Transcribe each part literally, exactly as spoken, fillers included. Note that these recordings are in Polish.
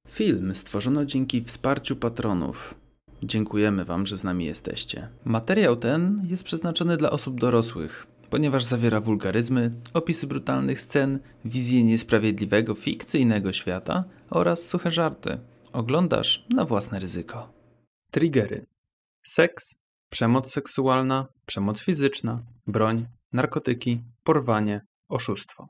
Film stworzono dzięki wsparciu patronów. Dziękujemy Wam, że z nami jesteście. Materiał ten jest przeznaczony dla osób dorosłych, ponieważ zawiera wulgaryzmy, opisy brutalnych scen, wizję niesprawiedliwego, fikcyjnego świata oraz suche żarty. Oglądasz na własne ryzyko. Triggery: seks, przemoc seksualna, przemoc fizyczna, broń, narkotyki, porwanie, oszustwo.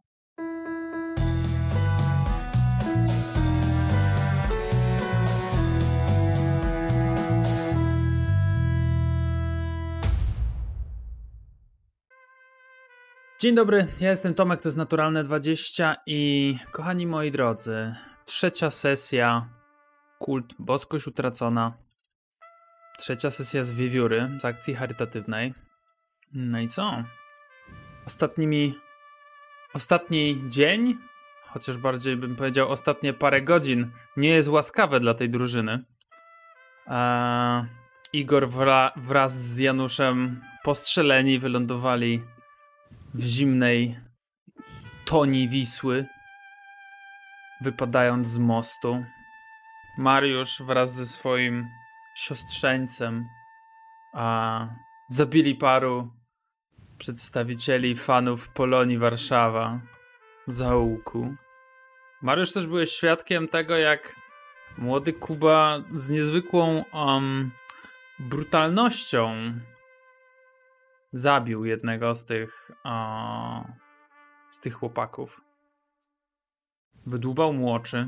Dzień dobry, ja jestem Tomek, to jest Naturalne dwadzieścia i kochani moi drodzy, trzecia sesja Kult Boskość Utracona, trzecia sesja z Wiewióry, z akcji charytatywnej. No i co? Ostatnimi, ostatni dzień, chociaż bardziej bym powiedział ostatnie parę godzin, nie jest łaskawe dla tej drużyny. Eee, Igor wra, wraz z Januszem postrzeleni wylądowali w zimnej toni Wisły, wypadając z mostu. Mariusz wraz ze swoim siostrzeńcem a, zabili paru przedstawicieli fanów Polonii Warszawa w zaułku. Mariusz, też byłeś świadkiem tego, jak młody Kuba z niezwykłą um, brutalnością zabił jednego z tych o, z tych chłopaków. Wydłubał mu oczy.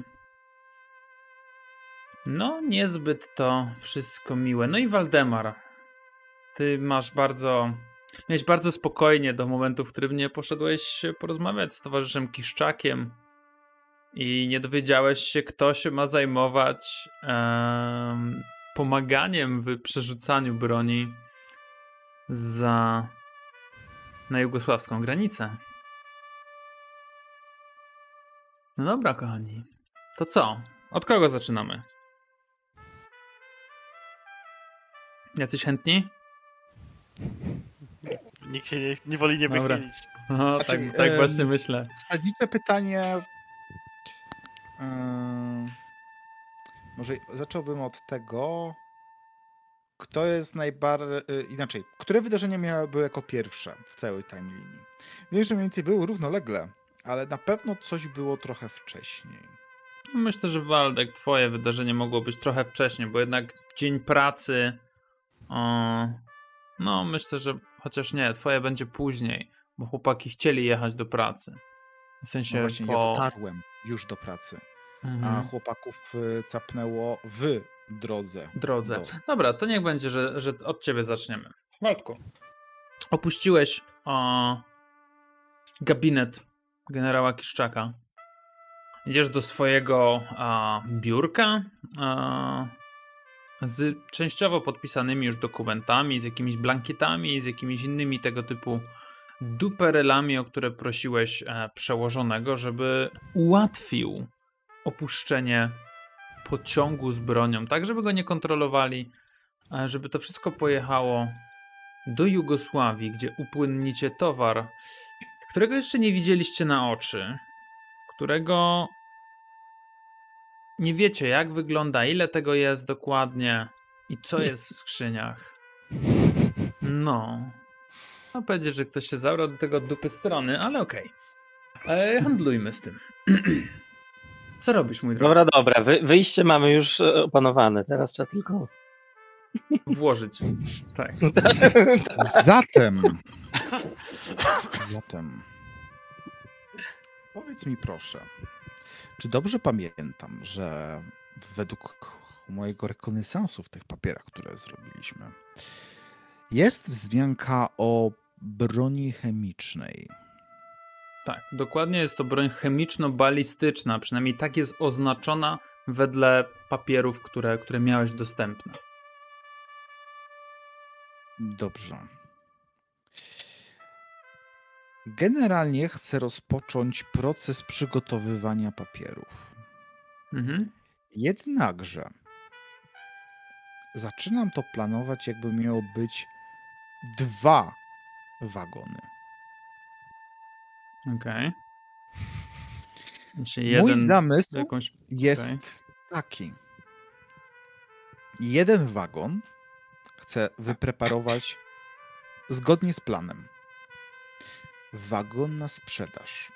No, niezbyt to wszystko miłe. No i Waldemar, ty masz bardzo... Miałeś bardzo spokojnie do momentu, w którym nie poszedłeś porozmawiać z towarzyszem Kiszczakiem i nie dowiedziałeś się, kto się ma zajmować em, pomaganiem w przerzucaniu broni za na jugosławską granicę. No dobra, kochani. To co? Od kogo zaczynamy? Jacyś chętni? Nikt się nie, nie woli nie Dobra. wychylić. No, Znaczy, tak tak em, właśnie myślę. Zasadnicze pytanie. em, może zacząłbym od tego, kto jest najbardziej. Inaczej, które wydarzenia miały jako pierwsze w całej timelinii? Wiem, że mniej więcej były równolegle, ale na pewno coś było trochę wcześniej. Myślę, że Waldek, twoje wydarzenie mogło być trochę wcześniej, bo jednak dzień pracy. O, no, myślę, że chociaż nie, twoje będzie później, bo chłopaki chcieli jechać do pracy. W sensie No właśnie, ja po. dotarłem już do pracy, a Mhm. chłopaków y, capnęło w drodze. drodze. Do... Dobra, to niech będzie, że, że od ciebie zaczniemy. Waldku, opuściłeś o, gabinet generała Kiszczaka. Idziesz do swojego a, biurka a, z częściowo podpisanymi już dokumentami, z jakimiś blankietami, z jakimiś innymi tego typu duperelami, o które prosiłeś e, przełożonego, żeby ułatwił opuszczenie pociągu z bronią, tak żeby go nie kontrolowali, e, żeby to wszystko pojechało do Jugosławii, gdzie upłynnicie towar, którego jeszcze nie widzieliście na oczy, którego nie wiecie, jak wygląda, ile tego jest dokładnie i co jest w skrzyniach. No. No powiedzieć, że ktoś się zabrał do tego od dupy strony, ale okej. Okay. Handlujmy z tym. Co robisz, mój drogi? Dobra, dobra, Wy, wyjście mamy już e, opanowane, teraz trzeba tylko... Włożyć. Tak. Zatem. Zatem. Powiedz mi proszę, czy dobrze pamiętam, że według mojego rekonesansu w tych papierach, które zrobiliśmy, jest wzmianka o broni chemicznej? Tak, dokładnie jest to broń chemiczno-balistyczna, przynajmniej tak jest oznaczona wedle papierów, które, które miałeś dostępne. Dobrze. Generalnie chcę rozpocząć proces przygotowywania papierów. Mhm. Jednakże zaczynam to planować, jakby miało być dwa wagony. Okej. Okay. Mój zamysł jakąś... jest okay. taki. Jeden wagon chcę wypreparować zgodnie z planem. Wagon na sprzedaż.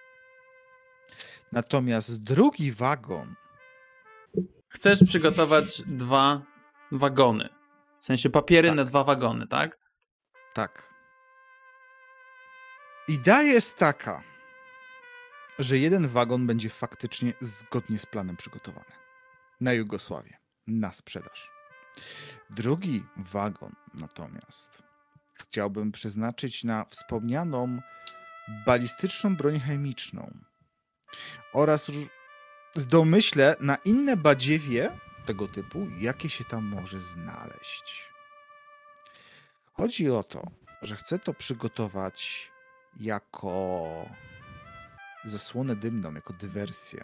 Natomiast drugi wagon Chcesz przygotować dwa wagony. W sensie papiery Tak. na dwa wagony, tak? tak. Idea jest taka, że jeden wagon będzie faktycznie zgodnie z planem przygotowany. Na Jugosławię. Na sprzedaż. Drugi wagon natomiast chciałbym przeznaczyć na wspomnianą balistyczną broń chemiczną oraz róż- domyślę na inne badziewie tego typu, jakie się tam może znaleźć. Chodzi o to, że chcę to przygotować jako zasłonę dymną, jako dywersję.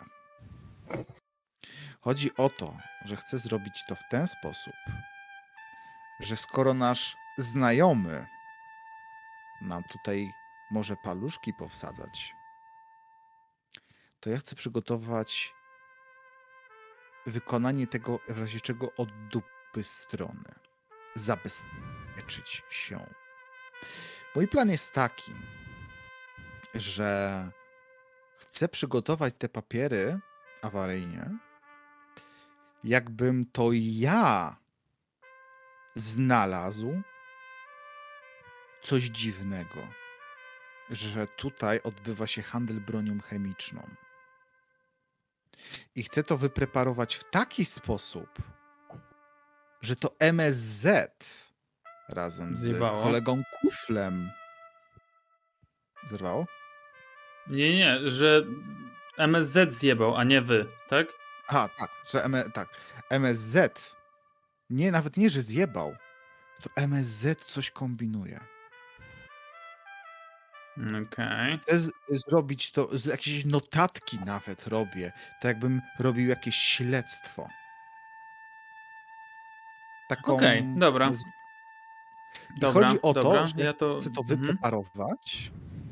Chodzi o to, że chcę zrobić to w ten sposób, że skoro nasz znajomy nam tutaj może paluszki powsadzać, to ja chcę przygotować wykonanie tego w razie czego od dupy strony. Zabezpieczyć się. Mój plan jest taki, że chcę przygotować te papiery awaryjnie, jakbym to ja znalazł coś dziwnego, że tutaj odbywa się handel bronią chemiczną. I chcę to wypreparować w taki sposób, że to M S Z razem z Zjebało. kolegą Kuflem zerwało? Nie, nie, że M S Z zjebał, a nie wy, tak? Aha, tak, że M tak. M S Z nie, nawet nie, że zjebał, to M S Z coś kombinuje. Okej. Chcę z- zrobić to, z jakieś notatki nawet robię, tak jakbym robił jakieś śledztwo. Taką... Okej, dobra. z- I Dobra, chodzi o dobra, to, że ja to... chcę to mhm. wypreparować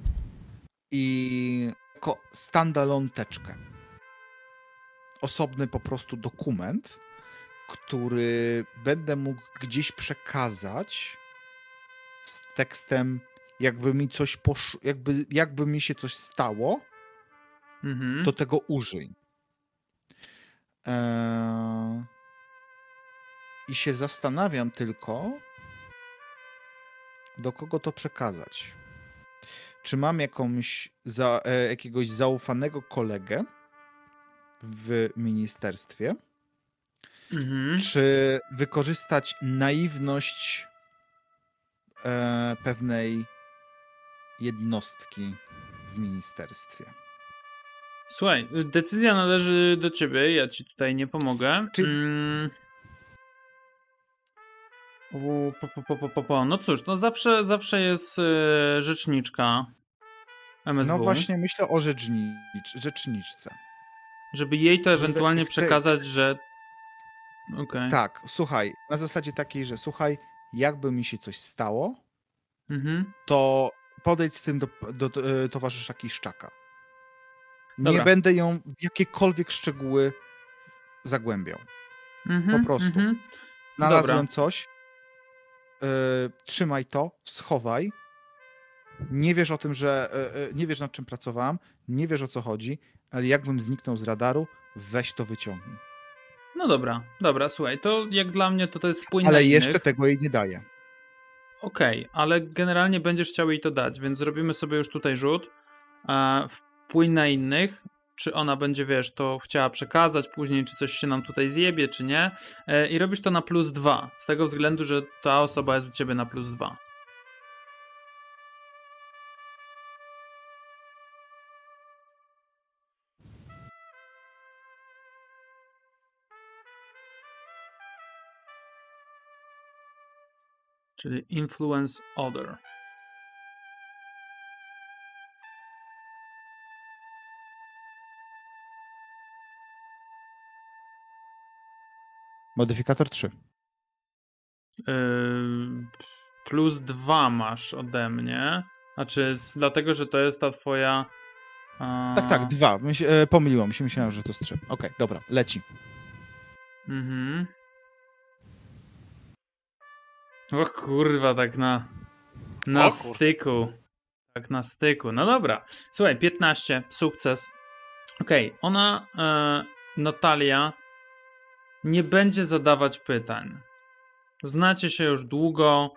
i jako standalone teczkę. Osobny po prostu dokument, który będę mógł gdzieś przekazać z tekstem, jakby mi coś posz... jakby, jakby mi się coś stało, Mhm. to tego użyj. Eee... I się zastanawiam tylko, do kogo to przekazać. Czy mam jakąś za, e, jakiegoś zaufanego kolegę w ministerstwie, Mhm. czy wykorzystać naiwność e, pewnej jednostki w ministerstwie. Słuchaj, decyzja należy do ciebie, ja ci tutaj nie pomogę. Czy- Mm. U, po, po, po, po, po, po. No cóż, no zawsze, zawsze jest e, rzeczniczka M S W, No właśnie myślę o rzecznicz, rzeczniczce. żeby jej to Żeby- ewentualnie chcę- przekazać, że... Okej. Tak, słuchaj, na zasadzie takiej, że słuchaj, jakby mi się coś stało, Mhm. to podejdź z tym do, do, do e, towarzysza Kiszczaka. Nie Dobra. będę ją w jakiekolwiek szczegóły zagłębiał. Mhm. Po prostu. Mhm. Znalazłem Dobra. coś, e, trzymaj to, schowaj. Nie wiesz o tym, że e, e, nie wiesz nad czym pracowałem, nie wiesz o co chodzi, ale jakbym zniknął z radaru, weź to wyciągnij. No dobra, dobra, słuchaj, to jak dla mnie to to jest wpływ na Ale innych. jeszcze tego jej nie daję. Okej, ale generalnie będziesz chciał jej to dać, więc zrobimy sobie już tutaj rzut. E, wpływ na innych, czy ona będzie, wiesz, to chciała przekazać później, czy coś się nam tutaj zjebie, czy nie. E, I robisz to na plus dwa, z tego względu, że ta osoba jest u ciebie na plus dwa. Czyli influence other. Modyfikator trzy. Yy, plus dwa masz ode mnie. Znaczy, z, dlatego, że to jest ta twoja. A... Tak, tak, dwa. Myśl, e, pomyliło mi się, myślałem, że to jest trzy. Okej, dobra, leci. Mhm. O kurwa, tak na, na O kur- styku. Tak na styku. No dobra. Słuchaj, piętnaście, sukces. Okej, ona, e, Natalia, nie będzie zadawać pytań. Znacie się już długo.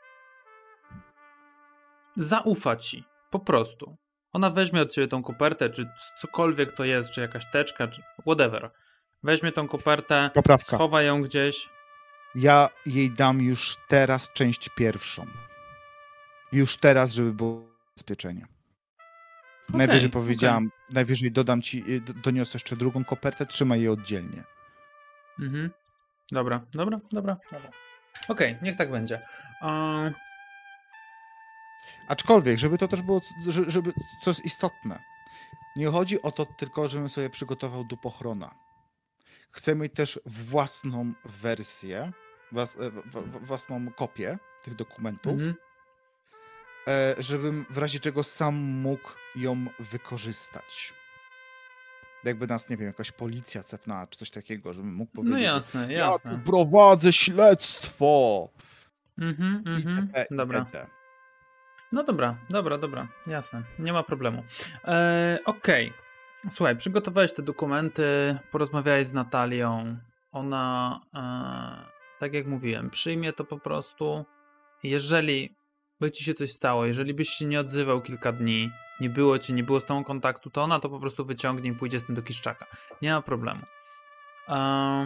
Zaufa ci. Po prostu. Ona weźmie od ciebie tą kopertę, czy cokolwiek to jest, czy jakaś teczka, czy whatever. Weźmie tą kopertę, Poprawka. schowa ją gdzieś. Ja jej dam już teraz część pierwszą. Już teraz, żeby było bezpieczenie. Najwyżej Okej, powiedziałam, najwyżej dodam ci, y, d- doniosę jeszcze drugą kopertę, trzymaj je oddzielnie. Mhm. Dobra, dobra, dobra, dobra. Okej, niech tak będzie. Eee, Aczkolwiek, żeby to też było, c- że- żeby, co jest istotne, nie chodzi o to tylko, żebym sobie przygotował dupochrona. Chcę mieć też własną wersję, włas, e, w- w- własną kopię tych dokumentów, mhm. e, żebym w razie czego sam mógł ją wykorzystać. Jakby nas, nie wiem, jakaś policja cepnęła, czy coś takiego, żebym mógł powiedzieć, No że jasne, ja jasne. tu prowadzę śledztwo. Mhm, mhm. itp., Dobra. itd. No dobra, dobra, dobra, jasne, nie ma problemu. Eee, Okej, słuchaj, przygotowałeś te dokumenty, porozmawiałeś z Natalią, ona, e, tak jak mówiłem, przyjmie to po prostu. Jeżeli by ci się coś stało, jeżeli byś się nie odzywał kilka dni, nie było ci, nie było z tą kontaktu, to ona to po prostu wyciągnie i pójdzie z tym do Kiszczaka. Nie ma problemu. Eee,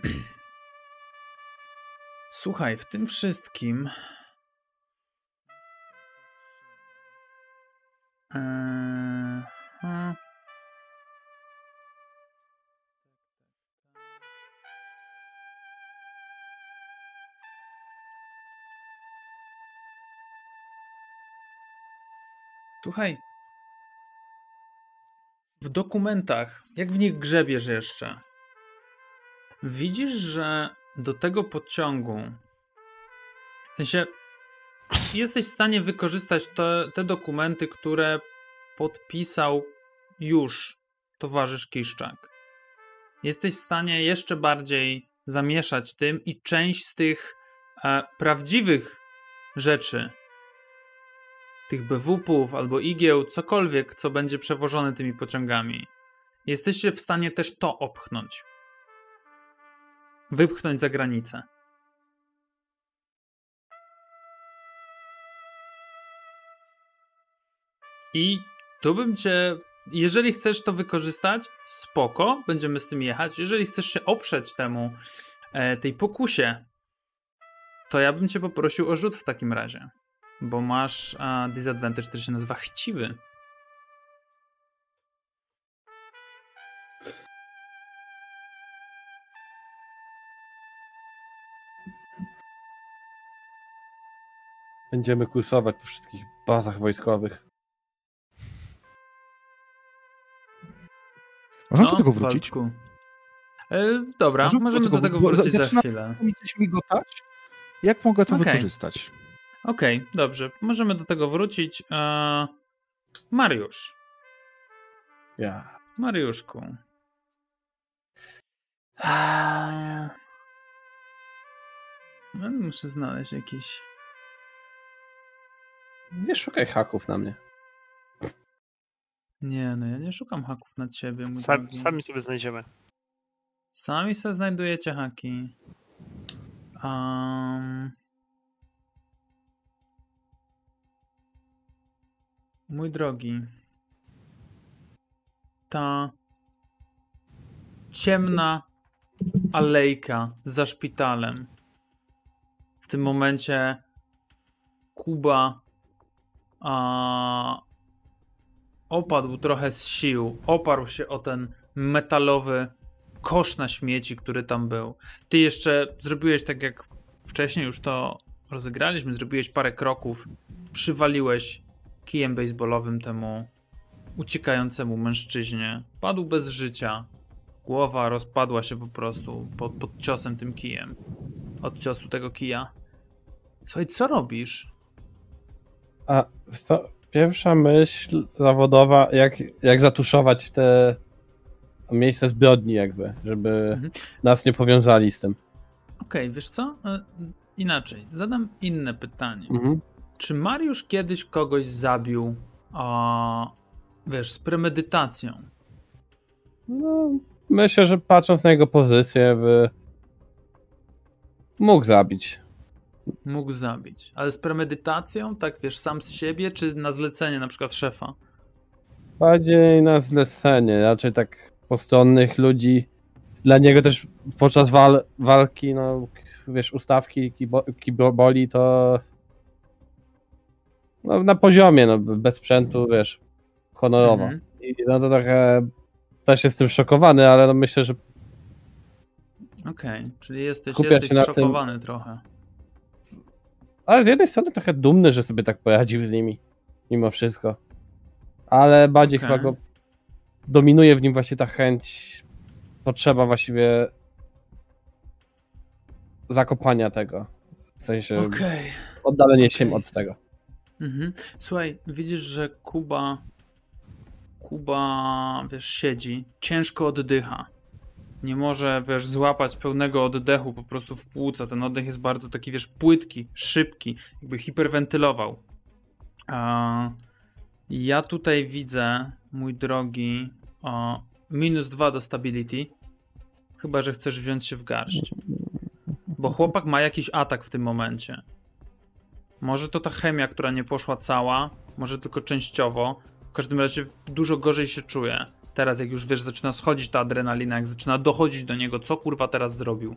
Słuchaj, w tym wszystkim... Eee, hmm. Słuchaj, w dokumentach, jak w nich grzebiesz jeszcze, widzisz, że do tego pociągu, w sensie, jesteś w stanie wykorzystać te, te dokumenty, które podpisał już towarzysz Kiszczak. Jesteś w stanie jeszcze bardziej zamieszać tym i część z tych e, prawdziwych rzeczy, tych be wu pów albo igieł, cokolwiek, co będzie przewożone tymi pociągami, jesteście w stanie też to opchnąć. Wypchnąć za granicę. I tu bym cię, jeżeli chcesz to wykorzystać, spoko, będziemy z tym jechać. Jeżeli chcesz się oprzeć temu, e, tej pokusie, to ja bym cię poprosił o rzut w takim razie. Bo masz a, disadvantage, który się nazywa chciwy. Będziemy kursować po wszystkich bazach wojskowych. Można do tego wrócić? Waldku. E, dobra, Możemy możemy do tego bo wrócić za zaczyna chwilę. mi coś migotać? Jak mogę to Okej. wykorzystać? Okej, dobrze, możemy do tego wrócić. E, Mariusz. Ja. Mariuszku. Eee, no, muszę znaleźć jakiś... Nie szukaj haków na mnie. Nie, no ja nie szukam haków na ciebie, mój Sam, drogi. sami sobie znajdziemy. Sami sobie znajdujecie haki. Um, mój drogi. Ta ciemna alejka za szpitalem. W tym momencie Kuba a, opadł trochę z sił. Oparł się o ten metalowy kosz na śmieci, który tam był. Ty jeszcze zrobiłeś tak jak wcześniej już to rozegraliśmy, zrobiłeś parę kroków, przywaliłeś kijem baseballowym temu uciekającemu mężczyźnie. Padł bez życia. Głowa rozpadła się po prostu pod, pod ciosem tym kijem. Od ciosu tego kija. Słuchaj, co robisz? A co, pierwsza myśl zawodowa, jak, jak zatuszować te miejsce zbrodni jakby, żeby Mhm. nas nie powiązali z tym. Okej, wiesz co? E, Inaczej, zadam inne pytanie. Mhm. Czy Mariusz kiedyś kogoś zabił, a, wiesz, z premedytacją? No, myślę, że patrząc na jego pozycję, by mógł zabić. Mógł zabić, ale z premedytacją, tak wiesz, sam z siebie, czy na zlecenie na przykład szefa? Bardziej na zlecenie, raczej tak postronnych ludzi. Dla niego też podczas wal walki, no wiesz, ustawki, kibo kiboboli to no, na poziomie, no bez sprzętu, wiesz, honorowo. Mhm. I no to trochę też jestem szokowany, ale no myślę, że Okej, czyli jesteś, Skupia jesteś się na tym- zszokowany trochę. ale z jednej strony trochę dumny, że sobie tak poradził z nimi, mimo wszystko. Ale bardziej Okej. chyba go dominuje w nim właśnie ta chęć, potrzeba właściwie zakopania tego. W sensie Okej. oddalenie się okej. od tego. Mhm. Słuchaj, widzisz, że Kuba, Kuba, wiesz, siedzi, ciężko oddycha. Nie może, wiesz, złapać pełnego oddechu po prostu w płuca. Ten oddech jest bardzo taki, wiesz, płytki, szybki, jakby hiperwentylował. A ja tutaj widzę, mój drogi, o, minus dwa do stability. Chyba że chcesz wziąć się w garść. Bo chłopak ma jakiś atak w tym momencie. Może to ta chemia, która nie poszła cała, może tylko częściowo. W każdym razie dużo gorzej się czuje. Teraz jak już wiesz, zaczyna schodzić ta adrenalina, jak zaczyna dochodzić do niego, co kurwa teraz zrobił.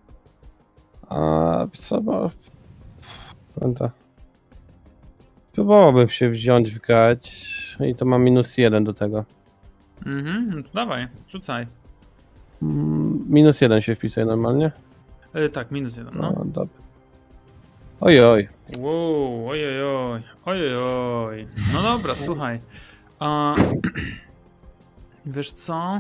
A co bo... Pamięta. Próbowałbym się wziąć w grać i to ma minus jeden do tego. Mhm, no to dawaj, rzucaj. Mm, Minus jeden się wpisuje normalnie. Yy, tak, minus jeden, no. No, dobra. Oj, oj. Wow, ojojoj, ojojoj. No dobra, słuchaj. A, wiesz co?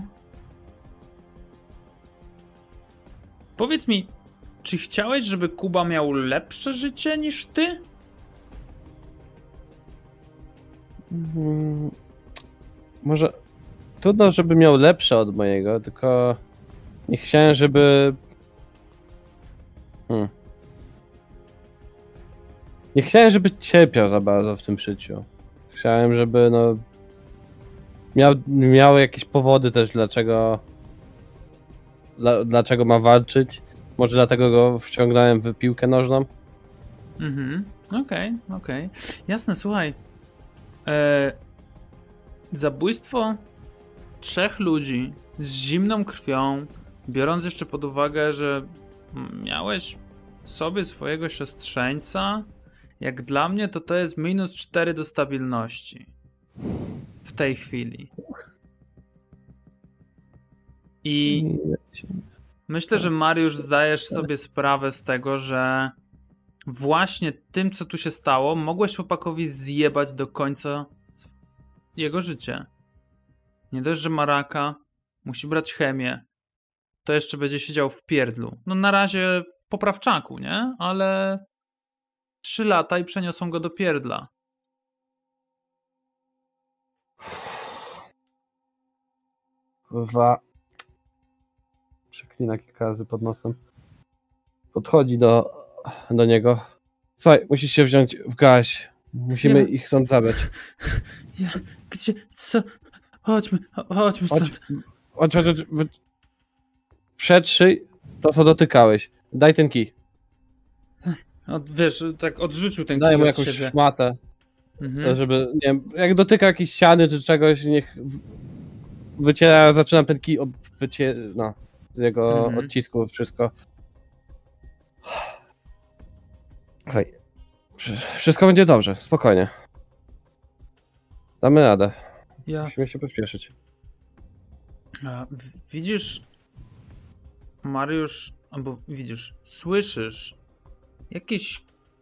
Powiedz mi, czy chciałeś, żeby Kuba miał lepsze życie niż ty? Mm, Może trudno, żeby miał lepsze od mojego, tylko nie chciałem, żeby... Hmm. Nie chciałem, żeby cierpiał za bardzo w tym życiu. Chciałem, żeby no... Miał, miał jakieś powody też, dlaczego... Dla, dlaczego ma walczyć. Może dlatego go wciągnąłem w piłkę nożną. Mhm, okej, okej. Jasne, słuchaj. E, zabójstwo trzech ludzi z zimną krwią, biorąc jeszcze pod uwagę, że miałeś sobie swojego siostrzeńca, jak dla mnie to to jest minus cztery do stabilności. W tej chwili. I myślę, że Mariusz zdajesz sobie sprawę z tego, że właśnie tym, co tu się stało, mogłeś chłopakowi zjebać do końca jego życie. Nie dość, że ma raka, musi brać chemię, to jeszcze będzie siedział w pierdlu. No na razie w poprawczaku, nie? Ale trzy lata i przeniosą go do pierdla. Kurwa. Przeklina kilka razy pod nosem. Podchodzi do, do niego. Słuchaj, musisz się wziąć w gaś. Musimy Ja- ich stąd zabrać. Ja, gdzie, co? Chodźmy, cho- chodźmy Chodź, stąd. chodź, chodź, chodź. wy- Przetrzyj to, co dotykałeś. Daj ten kij. Od, wiesz, tak odrzucił ten Daj kij mu od jakąś siebie. szmatę, Mhm. żeby, nie wiem, jak dotyka jakiejś ściany czy czegoś, niech w- wyciera, zaczynam ten kij od wycie... no, z jego Mhm. odcisków, wszystko. Słuchaj, wsz- wszystko będzie dobrze, spokojnie. Damy radę. Ja, Musimy się pośpieszyć. a, w- widzisz, Mariusz, albo widzisz, słyszysz jakiś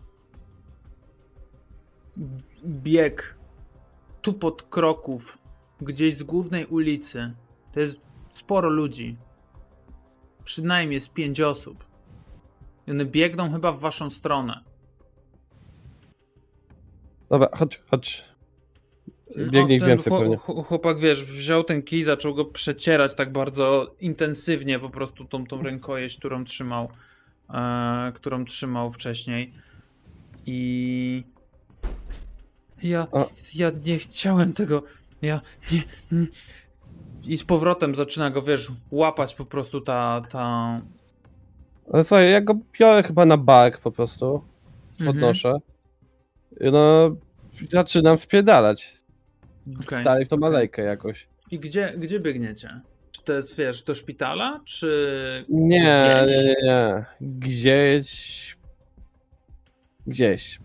b- bieg tupot kroków gdzieś z głównej ulicy. To jest sporo ludzi. Przynajmniej z pięć osób. I one biegną chyba w waszą stronę. Dobra, chodź, chodź. biegnie ich ten więcej chło- pewnie. chł- Chłopak, wiesz, wziął ten kij, zaczął go przecierać tak bardzo intensywnie, po prostu tą, tą rękojeść, którą trzymał, e, którą trzymał wcześniej. I ja, A. ja nie chciałem tego. Ja nie, nie. I z powrotem zaczyna go, wiesz, łapać po prostu ta, ta... Ale słuchaj, ja go biorę chyba na bark po prostu, Mhm. podnoszę. I no, zaczynam spierdalać. Okej, Dalej w tą okej. alejkę jakoś. I gdzie, gdzie biegniecie? Czy to jest, wiesz, do szpitala, czy Nie, gdzieś? nie, nie, nie. Gdzieś... Gdzieś,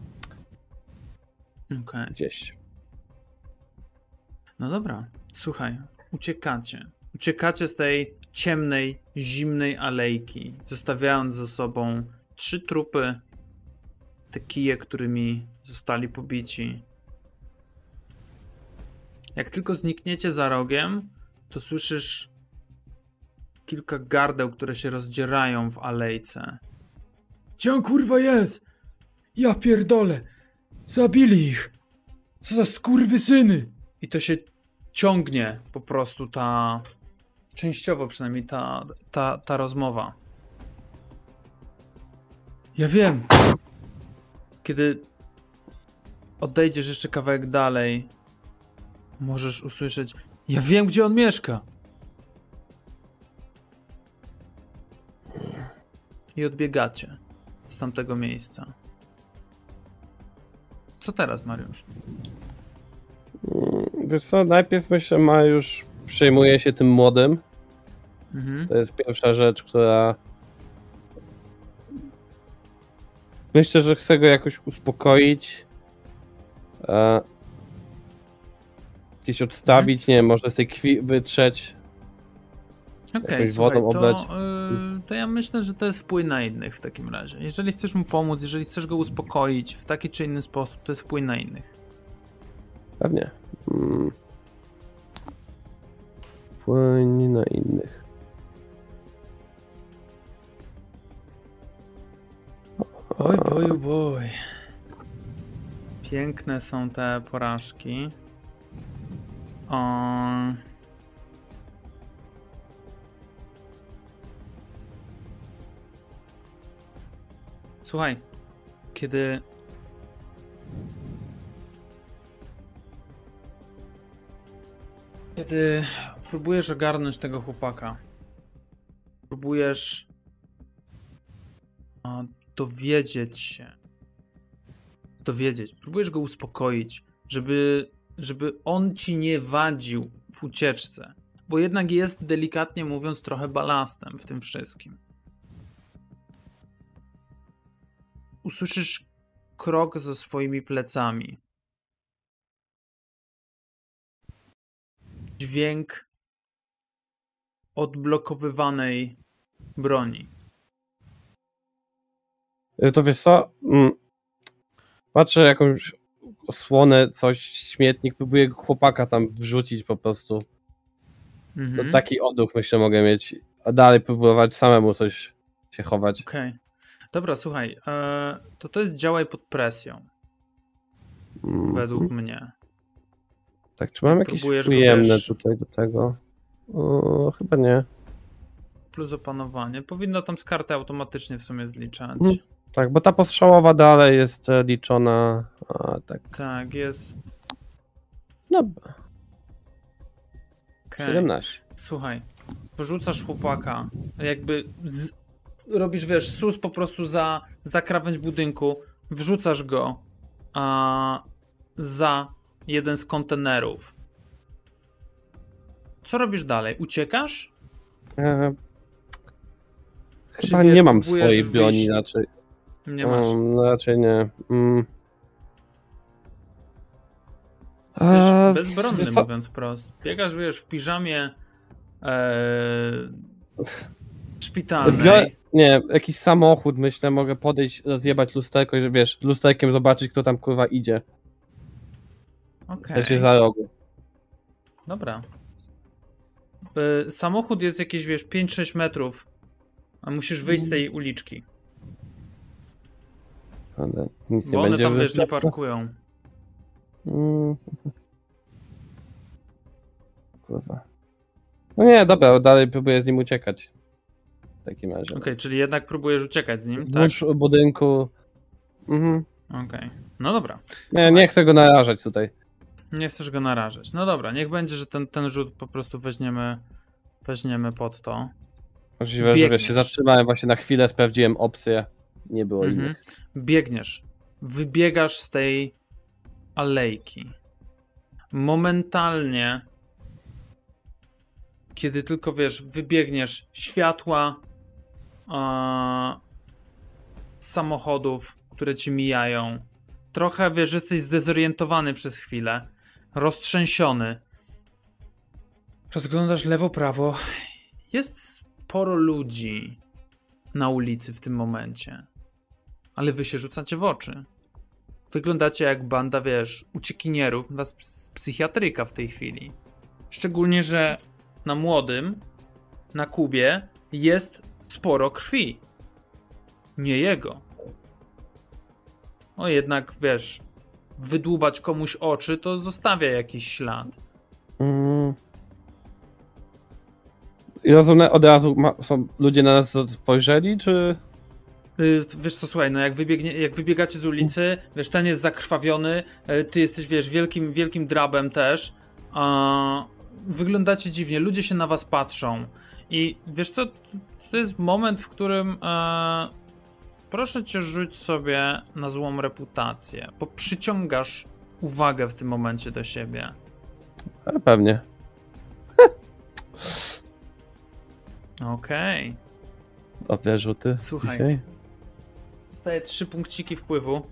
Okej. gdzieś. No dobra, słuchaj, uciekacie. Uciekacie z tej ciemnej, zimnej alejki, zostawiając za sobą trzy trupy, te kije, którymi zostali pobici. Jak tylko znikniecie za rogiem, to słyszysz kilka gardeł, które się rozdzierają w alejce. Gdzie on kurwa jest? Ja pierdolę! Zabili ich! Co za skurwysyny! I to się ciągnie po prostu ta... Częściowo przynajmniej ta, ta, ta rozmowa. Ja wiem! Kiedy odejdziesz jeszcze kawałek dalej, możesz usłyszeć: ja wiem, gdzie on mieszka! I odbiegacie z tamtego miejsca. Co teraz, Mariusz? Mm, Wiesz co, najpierw myślę, Mariusz przejmuje się tym młodym. Mhm. To jest pierwsza rzecz, która... Myślę, że chcę go jakoś uspokoić. E... Gdzieś odstawić, nie wiem, może z tej krwi wytrzeć. Okej, Jakąś słuchaj, wodą to, oblać. yy, to ja myślę, że to jest wpływ na innych w takim razie. Jeżeli chcesz mu pomóc, jeżeli chcesz go uspokoić w taki czy inny sposób, to jest wpływ na innych. Pewnie. Mm. Płyń na innych. Oj, boju, boj. Piękne są te porażki. O... Słuchaj, kiedy kiedy próbujesz ogarnąć tego chłopaka, próbujesz a, dowiedzieć się, dowiedzieć, próbujesz go uspokoić, żeby, żeby on ci nie wadził w ucieczce, bo jednak jest, delikatnie mówiąc, trochę balastem w tym wszystkim. Usłyszysz krok za swoimi plecami. Dźwięk odblokowywanej broni. To wiesz co? Mm. Patrzę jakąś osłonę, coś, śmietnik, próbuję chłopaka tam wrzucić po prostu. Mhm. To taki odruch myślę mogę mieć, a dalej próbować samemu coś się chować. Okej. Okay. Dobra, słuchaj, e, to to jest działaj pod presją, Mm. według mnie. Tak, czy mam jakieś Próbujesz go, ujemne wiesz- tutaj do tego? O, chyba nie. Plus opanowanie. Powinno tam z karty automatycznie w sumie zliczać. Mhm. Tak, bo ta postrzałowa dalej jest e, liczona. A, tak. Tak, jest. Dobra, Okay. siedemnaście. Słuchaj, wyrzucasz chłopaka, jakby z... robisz, wiesz, sus po prostu za, za krawędź budynku, wrzucasz go a, za jeden z kontenerów. Co robisz dalej? Uciekasz? E, Czy, chyba wiesz, nie mam próbujesz swojej broni wyjść- raczej. Nie masz. Um, no raczej nie. Mm. Jesteś A, bezbronny, wiesz co? mówiąc wprost. Biegasz, wiesz, w piżamie e, szpitalnej. Biorę, nie, jakiś samochód myślę, mogę podejść, rozjebać lusterko i że wiesz, lusterkiem zobaczyć kto tam kurwa idzie. Okej, W sensie za rogu. dobra. E, samochód jest jakieś, wiesz, pięć sześć metrów, a musisz wyjść z tej uliczki. Ale nic nie Bo one będzie tam, wiesz, nie lepsze. parkują. Mm. kurwa. No nie, dobra, dalej próbuję z nim uciekać. W takim razie. Okej, czyli jednak próbujesz uciekać z nim, tak? Wzdłuż budynku. Mhm. Okej, no dobra. Nie, Słuchaj. nie chcę go narażać tutaj. Nie chcesz go narażać. No dobra, niech będzie, że ten, ten rzut po prostu weźmiemy, weźmiemy pod to. Możliwe, że wiesz, się Biegniesz. zatrzymałem właśnie na chwilę, sprawdziłem opcję. Nie było Mhm. innych. Biegniesz. Wybiegasz z tej alejki. Momentalnie, kiedy tylko wiesz, wybiegniesz, światła a, samochodów, które ci mijają. Trochę wiesz, że jesteś zdezorientowany przez chwilę. Roztrzęsiony. Rozglądasz lewo, prawo. Jest sporo ludzi na ulicy w tym momencie. Ale wy się rzucacie w oczy. Wyglądacie jak banda, wiesz, uciekinierów na z psychiatryka w tej chwili. Szczególnie, że na młodym, na Kubie jest sporo krwi. Nie jego. O jednak, wiesz, wydłubać komuś oczy to zostawia jakiś ślad. Mm. I rozumiem, od razu ma, są ludzie na nas spojrzeli, czy... Yy, wiesz co, słuchaj, no jak, wybiegnie, jak wybiegacie z ulicy, wiesz, ten jest zakrwawiony, yy, ty jesteś, wiesz, wielkim, wielkim drabem też. A wyglądacie dziwnie, ludzie się na was patrzą. I wiesz co, to jest moment, w którym e, proszę cię rzuć sobie na złą reputację, bo przyciągasz uwagę w tym momencie do siebie. Ale pewnie. Okej. Dobre rzuty. Słuchaj. Dzisiaj. Dostaję trzy punkciki wpływu.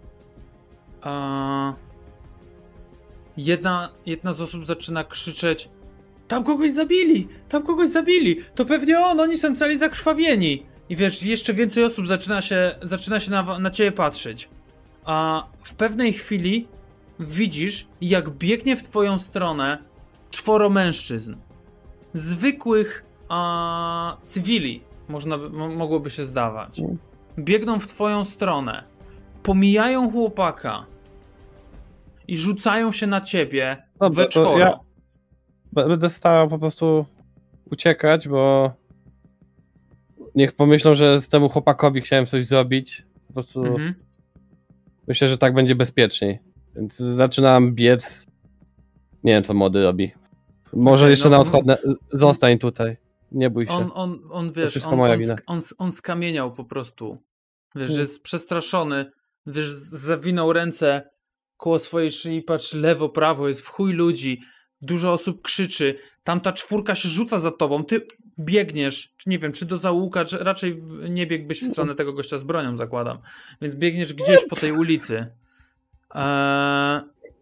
A jedna, jedna z osób zaczyna krzyczeć: tam kogoś zabili! Tam kogoś zabili! To pewnie on, oni są cali zakrwawieni! I wiesz, jeszcze więcej osób zaczyna się, zaczyna się na, na ciebie patrzeć. A w pewnej chwili widzisz, jak biegnie w twoją stronę czworo mężczyzn. Zwykłych a, cywili, można by, mo, mogłoby się zdawać. Biegną w twoją stronę, pomijają chłopaka i rzucają się na ciebie Dobra, we to czworo. ja- B- Będę starał po prostu uciekać, bo niech pomyślą, że z temu chłopakowi chciałem coś zrobić. Po prostu Mhm. myślę, że tak będzie bezpieczniej. Więc zaczynam biec. Nie wiem, co młody robi. Może Okej, jeszcze no, na odchodne. Zostań tutaj. Nie bój się. On, on, on wiesz, wszystko on, moja on, wina. sk- on, on skamieniał po prostu. Wiesz, Hmm. jest przestraszony. Wiesz, zawinął ręce koło swojej szyi, patrz lewo, prawo, jest w chuj ludzi. Dużo osób krzyczy. Tamta czwórka się rzuca za tobą. Ty biegniesz, czy nie wiem, czy do zaułka, czy raczej nie biegłbyś w stronę tego gościa z bronią, zakładam. Więc biegniesz gdzieś po tej ulicy. Eee...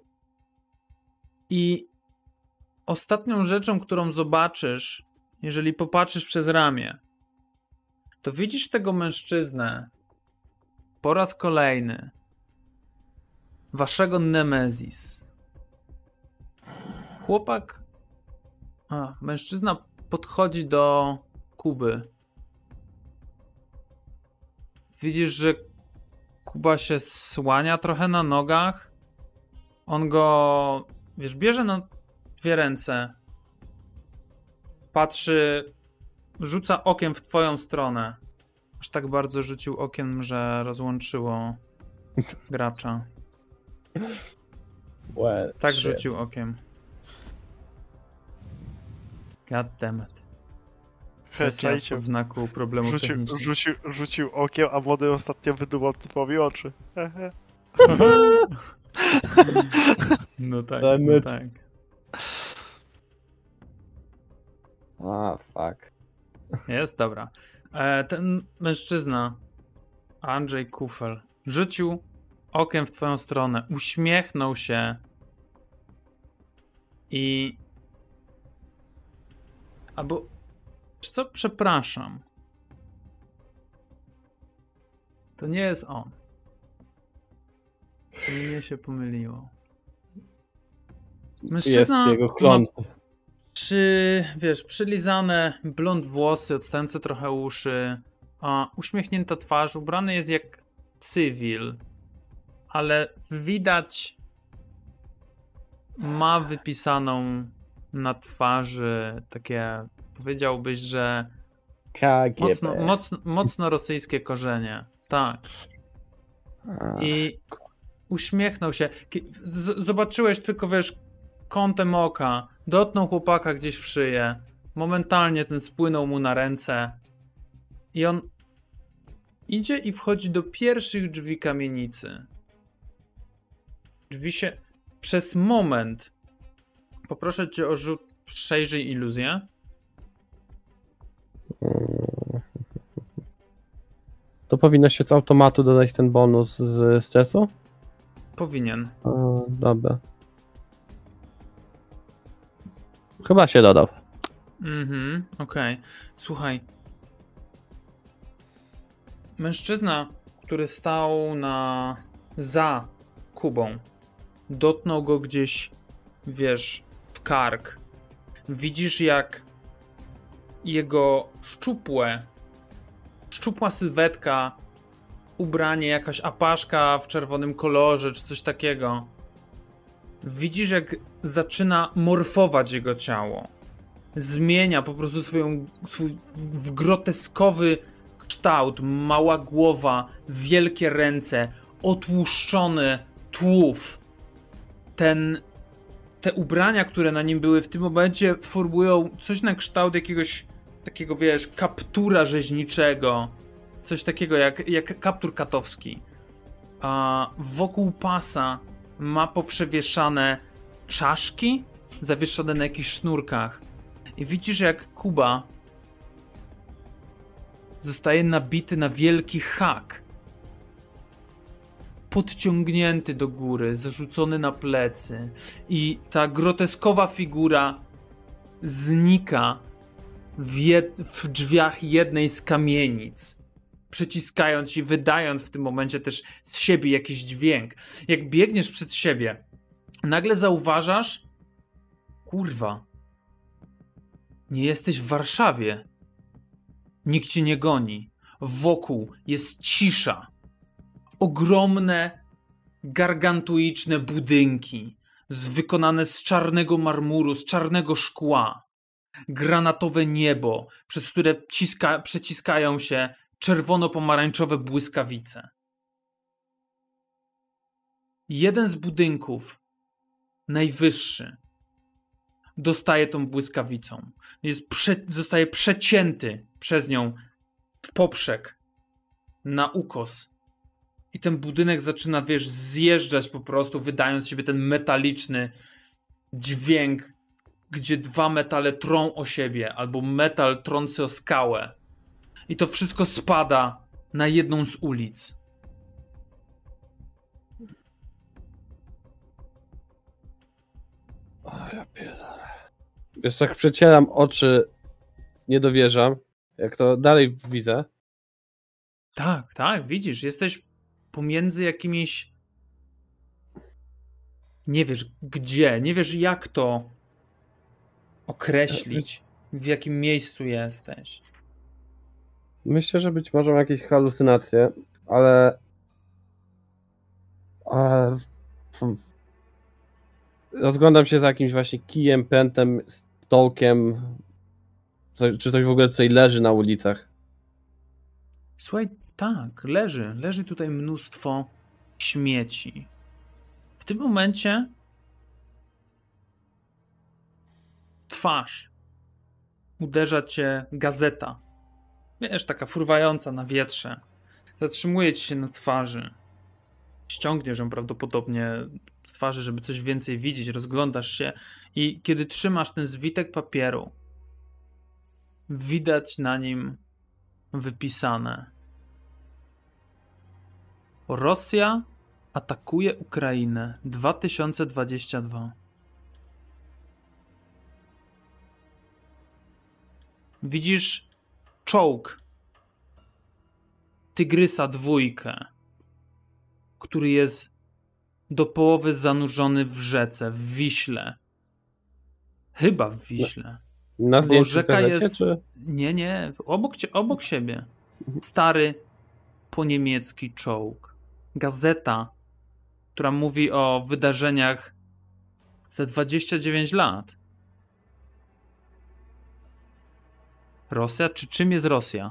I ostatnią rzeczą, którą zobaczysz, jeżeli popatrzysz przez ramię, to widzisz tego mężczyznę po raz kolejny. Waszego Nemezis. Chłopak, a, mężczyzna podchodzi do Kuby. Widzisz, że Kuba się słania trochę na nogach. On go, wiesz, bierze na dwie ręce. Patrzy, rzuca okiem w twoją stronę. Aż tak bardzo rzucił okiem, że rozłączyło gracza. Well, Tak shit. rzucił okiem. God damn it. Sesja Czajcie, pod znaku problemu rzucił, technicznego. rzucił, rzucił okiem, a młody ostatnio wydumał typowi oczy. Hehe. No tak, Damn no it. tak. A, fuck. Jest, dobra. E, ten mężczyzna, Andrzej Kufel, rzucił okiem w twoją stronę, uśmiechnął się i... Albo... Wiesz co? Przepraszam. To nie jest on. Mnie się pomyliło. Jest Mężczyzna jego ma klon. przy, wiesz, przylizane blond włosy, odstające trochę uszy, a uśmiechnięta twarz, ubrany jest jak cywil, ale widać ma wypisaną na twarzy takie, powiedziałbyś, że K G B. mocno, mocno, mocno rosyjskie korzenie. Tak. A, I uśmiechnął się. Ki- z- Zobaczyłeś tylko, wiesz, kątem oka, dotknął chłopaka gdzieś w szyję. Momentalnie ten spłynął mu na ręce. I on idzie i wchodzi do pierwszych drzwi kamienicy. Drzwi się przez moment. Poproszę cię o rzut przejrzyj iluzję. To powinno się z automatu dodać ten bonus z stresu? Powinien. O, dobra. Chyba się dodał. Mhm, okej. Słuchaj. Mężczyzna, który stał na za Kubą, dotknął go gdzieś, wiesz, w kark. Widzisz, jak jego szczupłe, szczupła sylwetka, ubranie, jakaś apaszka w czerwonym kolorze, czy coś takiego. Widzisz, jak zaczyna morfować jego ciało. Zmienia po prostu swoją, swój w groteskowy kształt. Mała głowa, wielkie ręce, otłuszczony tułów. Ten, te ubrania, które na nim były w tym momencie, formują coś na kształt jakiegoś takiego, wiesz, kaptura rzeźniczego. Coś takiego jak, jak kaptur katowski. A wokół pasa ma poprzewieszane czaszki zawieszone na jakichś sznurkach. I widzisz, jak Kuba zostaje nabity na wielki hak. Podciągnięty do góry, zarzucony na plecy. I ta groteskowa figura znika w, jed- w drzwiach jednej z kamienic. Przyciskając i wydając w tym momencie też z siebie jakiś dźwięk. Jak biegniesz przed siebie, nagle zauważasz, kurwa, nie jesteś w Warszawie. Nikt cię nie goni. Wokół jest cisza. Ogromne, gargantuiczne budynki, z, wykonane z czarnego marmuru, z czarnego szkła. Granatowe niebo, przez które ciska, przeciskają się czerwono-pomarańczowe błyskawice. Jeden z budynków, najwyższy, dostaje tą błyskawicą. Jest prze, zostaje przecięty przez nią w poprzek, na ukos. I ten budynek zaczyna, wiesz, zjeżdżać po prostu, wydając z siebie ten metaliczny dźwięk, gdzie dwa metale trą o siebie, albo metal trący o skałę. I to wszystko spada na jedną z ulic. O, ja pierdolę. Wiesz, tak przecieram oczy, nie dowierzam, jak to dalej widzę. Tak, tak, widzisz, jesteś pomiędzy jakimiś... Nie wiesz gdzie, nie wiesz jak to określić, w jakim miejscu jesteś. Myślę, że być może mam jakieś halucynacje, ale... ale... hmm. Rozglądam się za jakimś właśnie kijem, pętem, stołkiem, co- czy coś w ogóle tutaj leży na ulicach. Słuchaj, tak, leży, leży tutaj mnóstwo śmieci. W tym momencie twarz uderza cię gazeta. Wiesz, taka fruwająca na wietrze. Zatrzymuje ci się na twarzy. Ściągniesz ją prawdopodobnie z twarzy, żeby coś więcej widzieć. Rozglądasz się i kiedy trzymasz ten zwitek papieru, widać na nim wypisane: Rosja atakuje Ukrainę dwa tysiące dwadzieścia dwa. Widzisz czołg Tygrysa dwójkę, który jest do połowy zanurzony w rzece, w Wiśle. Chyba w Wiśle. Na Bo zdjęciu rzeka gazecie, jest... czy... Nie, nie, obok, cie- obok siebie. Stary po niemiecki czołg. Gazeta, która mówi o wydarzeniach za dwadzieścia dziewięć lat. Rosja, czy czym jest Rosja?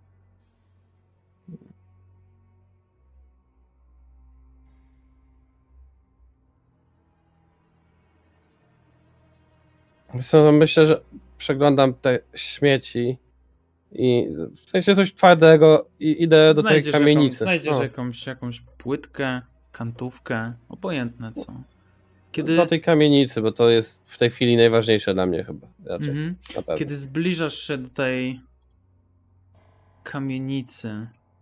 Wiesz co, no myślę, że przeglądam te śmieci i w sensie coś twardego i idę do tej Znajdziesz, jakąś, kamienicy. znajdziesz No, jakąś, jakąś płytkę, kantówkę, obojętne co. Kiedy, do tej kamienicy, bo to jest w tej chwili najważniejsze dla mnie chyba. Raczej, mhm. na pewno. Kiedy zbliżasz się do tej kamienicy,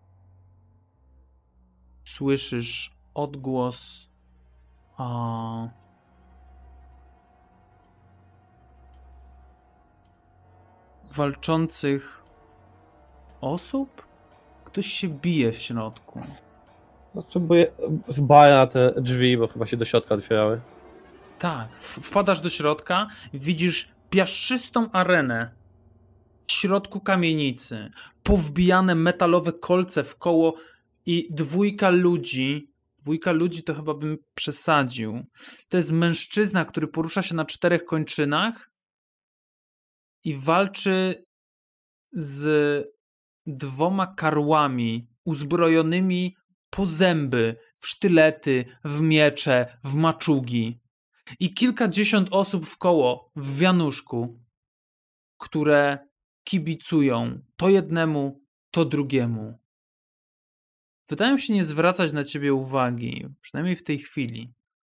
słyszysz odgłos a, walczących osób? Ktoś się bije w środku. No, spróbuję zbaja te drzwi, bo chyba się do środka otwierały. Tak, w- wpadasz do środka, widzisz piaszczystą arenę w środku kamienicy, powbijane metalowe kolce w koło i dwójka ludzi, dwójka ludzi to chyba bym przesadził. To jest mężczyzna, który porusza się na czterech kończynach i walczy z dwoma karłami uzbrojonymi po zęby, w sztylety, w miecze, w maczugi. I kilkadziesiąt osób w koło, w wianuszku, które kibicują to jednemu, to drugiemu. Wydają się nie zwracać na ciebie uwagi, przynajmniej w tej chwili.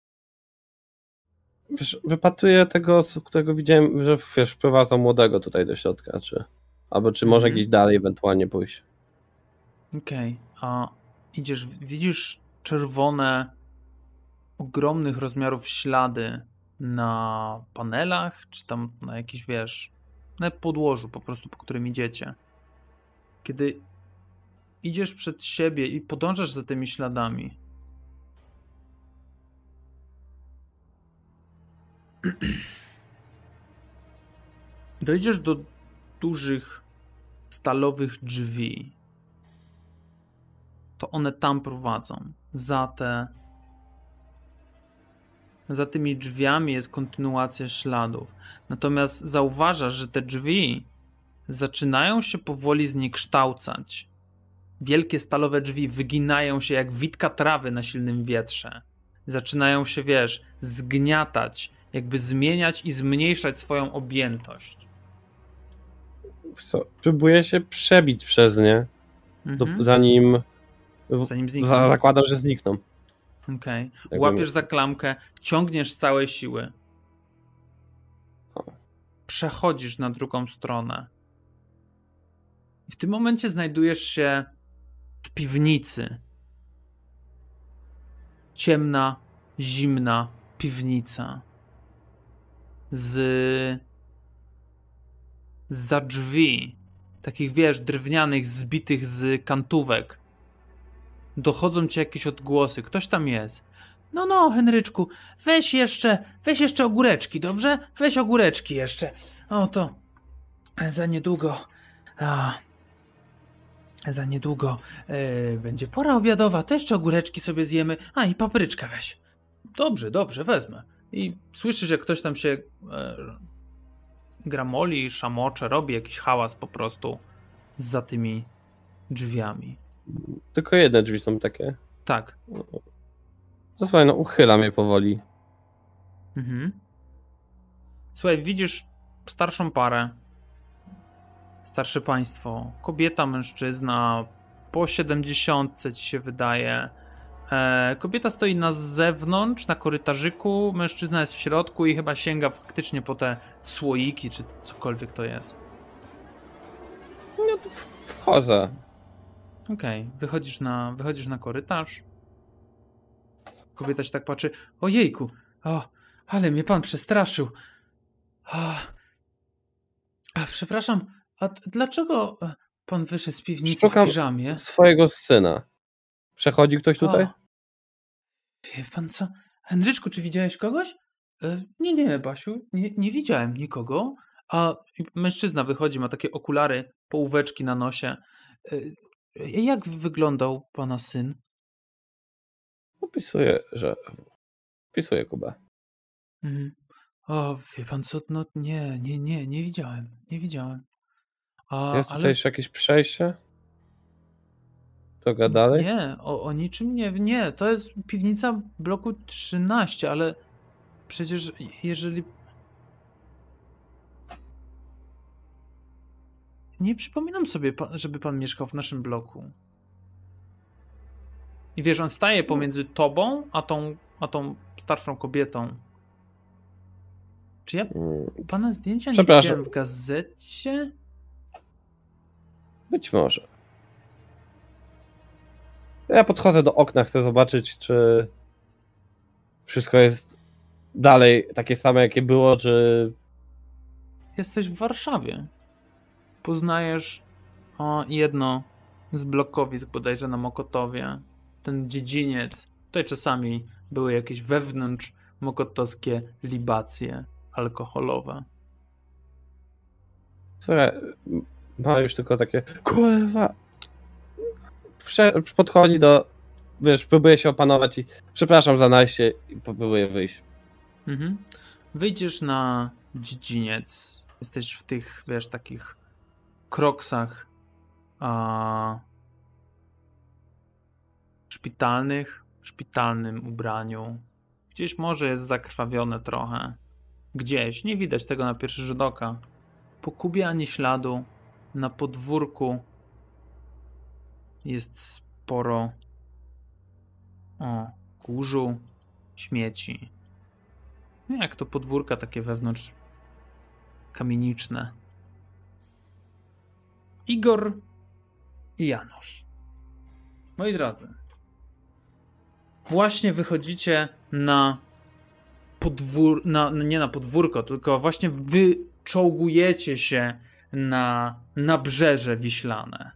Wiesz, wypatruję tego, którego widziałem, że wiesz, wprowadzał młodego tutaj do środka, czy albo czy może Mhm. gdzieś dalej ewentualnie pójść. Okej, a idziesz, widzisz czerwone, ogromnych rozmiarów ślady na panelach, czy tam na jakiś, wiesz, na podłożu po prostu, po którym idziecie. Kiedy idziesz przed siebie i podążasz za tymi śladami, dojdziesz do dużych stalowych drzwi. To one tam prowadzą. Za te za tymi drzwiami jest kontynuacja śladów. Natomiast zauważasz, że te drzwi zaczynają się powoli zniekształcać. Wielkie stalowe drzwi wyginają się jak witka trawy na silnym wietrze. Zaczynają się, wiesz, zgniatać, jakby zmieniać i zmniejszać swoją objętość. Wiesz co, próbuję się przebić przez nie, do, Mhm. zanim, Zanim znikną. za, zakładam, że znikną. Okej. Jakby Łapiesz nie- za klamkę, ciągniesz z całej siły. O. Przechodzisz na drugą stronę. I w tym momencie znajdujesz się w piwnicy. Ciemna, zimna piwnica. Z za drzwi, takich, wiesz, drewnianych, zbitych z kantówek, dochodzą ci jakieś odgłosy. Ktoś tam jest. No, no, Henryczku, weź jeszcze, weź jeszcze ogóreczki, dobrze? Weź ogóreczki jeszcze. O, to za niedługo, a, za niedługo e, będzie pora obiadowa, to jeszcze ogóreczki sobie zjemy. A, i papryczkę weź. Dobrze, dobrze, wezmę. I słyszysz, że ktoś tam się e, gramoli, szamocze, robi jakiś hałas po prostu za tymi drzwiami. Tylko jedne drzwi są takie. Tak. To słuchaj, no uchylam je powoli. Mhm. Słuchaj, widzisz starszą parę, starsze państwo, kobieta, mężczyzna, po siedemdziesiątce ci się wydaje. E, kobieta stoi na zewnątrz, na korytarzyku, mężczyzna jest w środku i chyba sięga faktycznie po te słoiki, czy cokolwiek to jest. No to wchodzę. Okej, wychodzisz na, wychodzisz na korytarz. Kobieta się tak patrzy. Ojejku, o, ale mnie pan przestraszył. A, a przepraszam, a d- dlaczego e, pan wyszedł z piwnicy Szukam w piżamie? swojego syna. Przechodzi ktoś tutaj? O, wie pan co? Henryczku, czy widziałeś kogoś? E, nie, nie, Basiu, nie, nie widziałem nikogo. A mężczyzna wychodzi, ma takie okulary, połóweczki na nosie. E, jak wyglądał pana syn? Opisuję, że... Opisuję Kubę. Mhm. O, wie pan co, no nie, nie, nie, nie widziałem, nie widziałem. A, Jest tutaj ale jeszcze jakieś przejście? Droga dalej? nie, o, o niczym nie, nie, to jest piwnica bloku trzynaście, ale przecież jeżeli... Nie przypominam sobie, pa- żeby pan mieszkał w naszym bloku. I wiesz, on staje pomiędzy tobą, a tą, a tą starszą kobietą. Czy ja Mm, pana zdjęcia nie Przepraszam. widziałem w gazecie? Być może. Ja podchodzę do okna, chcę zobaczyć, czy wszystko jest dalej takie same, jakie było, czy... Jesteś w Warszawie. Poznajesz o, jedno z blokowisk bodajże na Mokotowie. Ten dziedziniec. Tutaj czasami były jakieś wewnątrz mokotowskie libacje alkoholowe. Słuchaj, ma już tylko takie... Kurwa! Prze- Podchodzi do... Wiesz, próbuje się opanować i... Przepraszam za najście i próbuje wyjść. Mhm. Wyjdziesz na dziedziniec. Jesteś w tych, wiesz, takich kroksach a... szpitalnych, w szpitalnym ubraniu. Gdzieś może jest zakrwawione trochę. Gdzieś, nie widać tego na pierwszy rzut oka. Po kubie ani śladu. Na podwórku jest sporo o, kurzu, śmieci. No jak to podwórka takie wewnątrz kamieniczne. Igor i Janusz. Moi drodzy, właśnie wychodzicie na podwór... Na, nie na podwórko, tylko właśnie wyczołgujecie się na nabrzeże wiślane.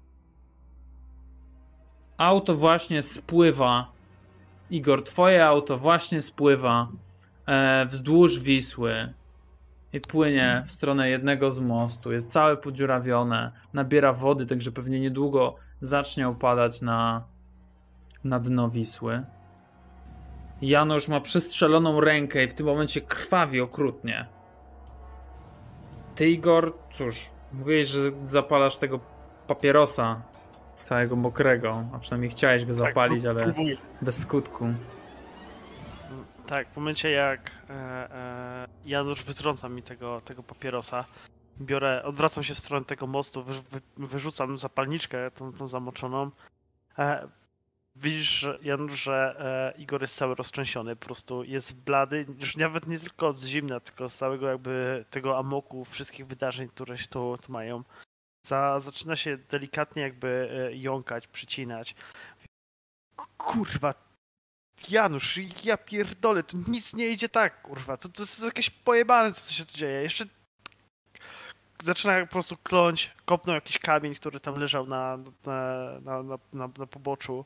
Auto właśnie spływa. Igor, twoje auto właśnie spływa e, wzdłuż Wisły i płynie w stronę jednego z mostu. Jest całe podziurawione, nabiera wody, także pewnie niedługo zacznie opadać na, na dno Wisły. Janusz ma przystrzeloną rękę i w tym momencie krwawi okrutnie. Ty, Igor, cóż, mówiłeś, że zapalasz tego papierosa całego mokrego, a przynajmniej chciałeś go zapalić, ale Próbuję. bez skutku. Tak, w momencie jak e, e, Janusz wytrąca mi tego, tego papierosa, biorę, odwracam się w stronę tego mostu, wy, wy, wyrzucam zapalniczkę, tą, tą zamoczoną. E, widzisz, że, Janusz, że e, Igor jest cały roztrzęsiony, po prostu jest blady, już nawet nie tylko z zimna, tylko z całego jakby tego amoku, wszystkich wydarzeń, które się tu, tu mają. Za, zaczyna się delikatnie jakby e, jąkać, przycinać. Kurwa, Janusz, ja pierdolę, tu nic nie idzie tak, kurwa, to, to jest jakieś pojebane, co się tu dzieje. Jeszcze zaczyna po prostu kląć, kopnął jakiś kamień, który tam leżał na, na, na, na, na, na poboczu.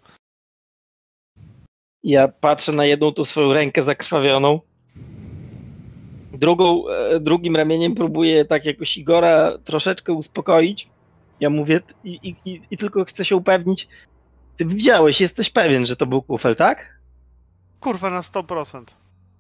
Ja patrzę na jedną tą swoją rękę zakrwawioną. Drugą, e, drugim ramieniem próbuję tak jakoś Igora troszeczkę uspokoić. Ja mówię i, i, i, i tylko chcę się upewnić. Ty widziałeś, jesteś pewien, że to był kufel, tak? Kurwa, na sto procent.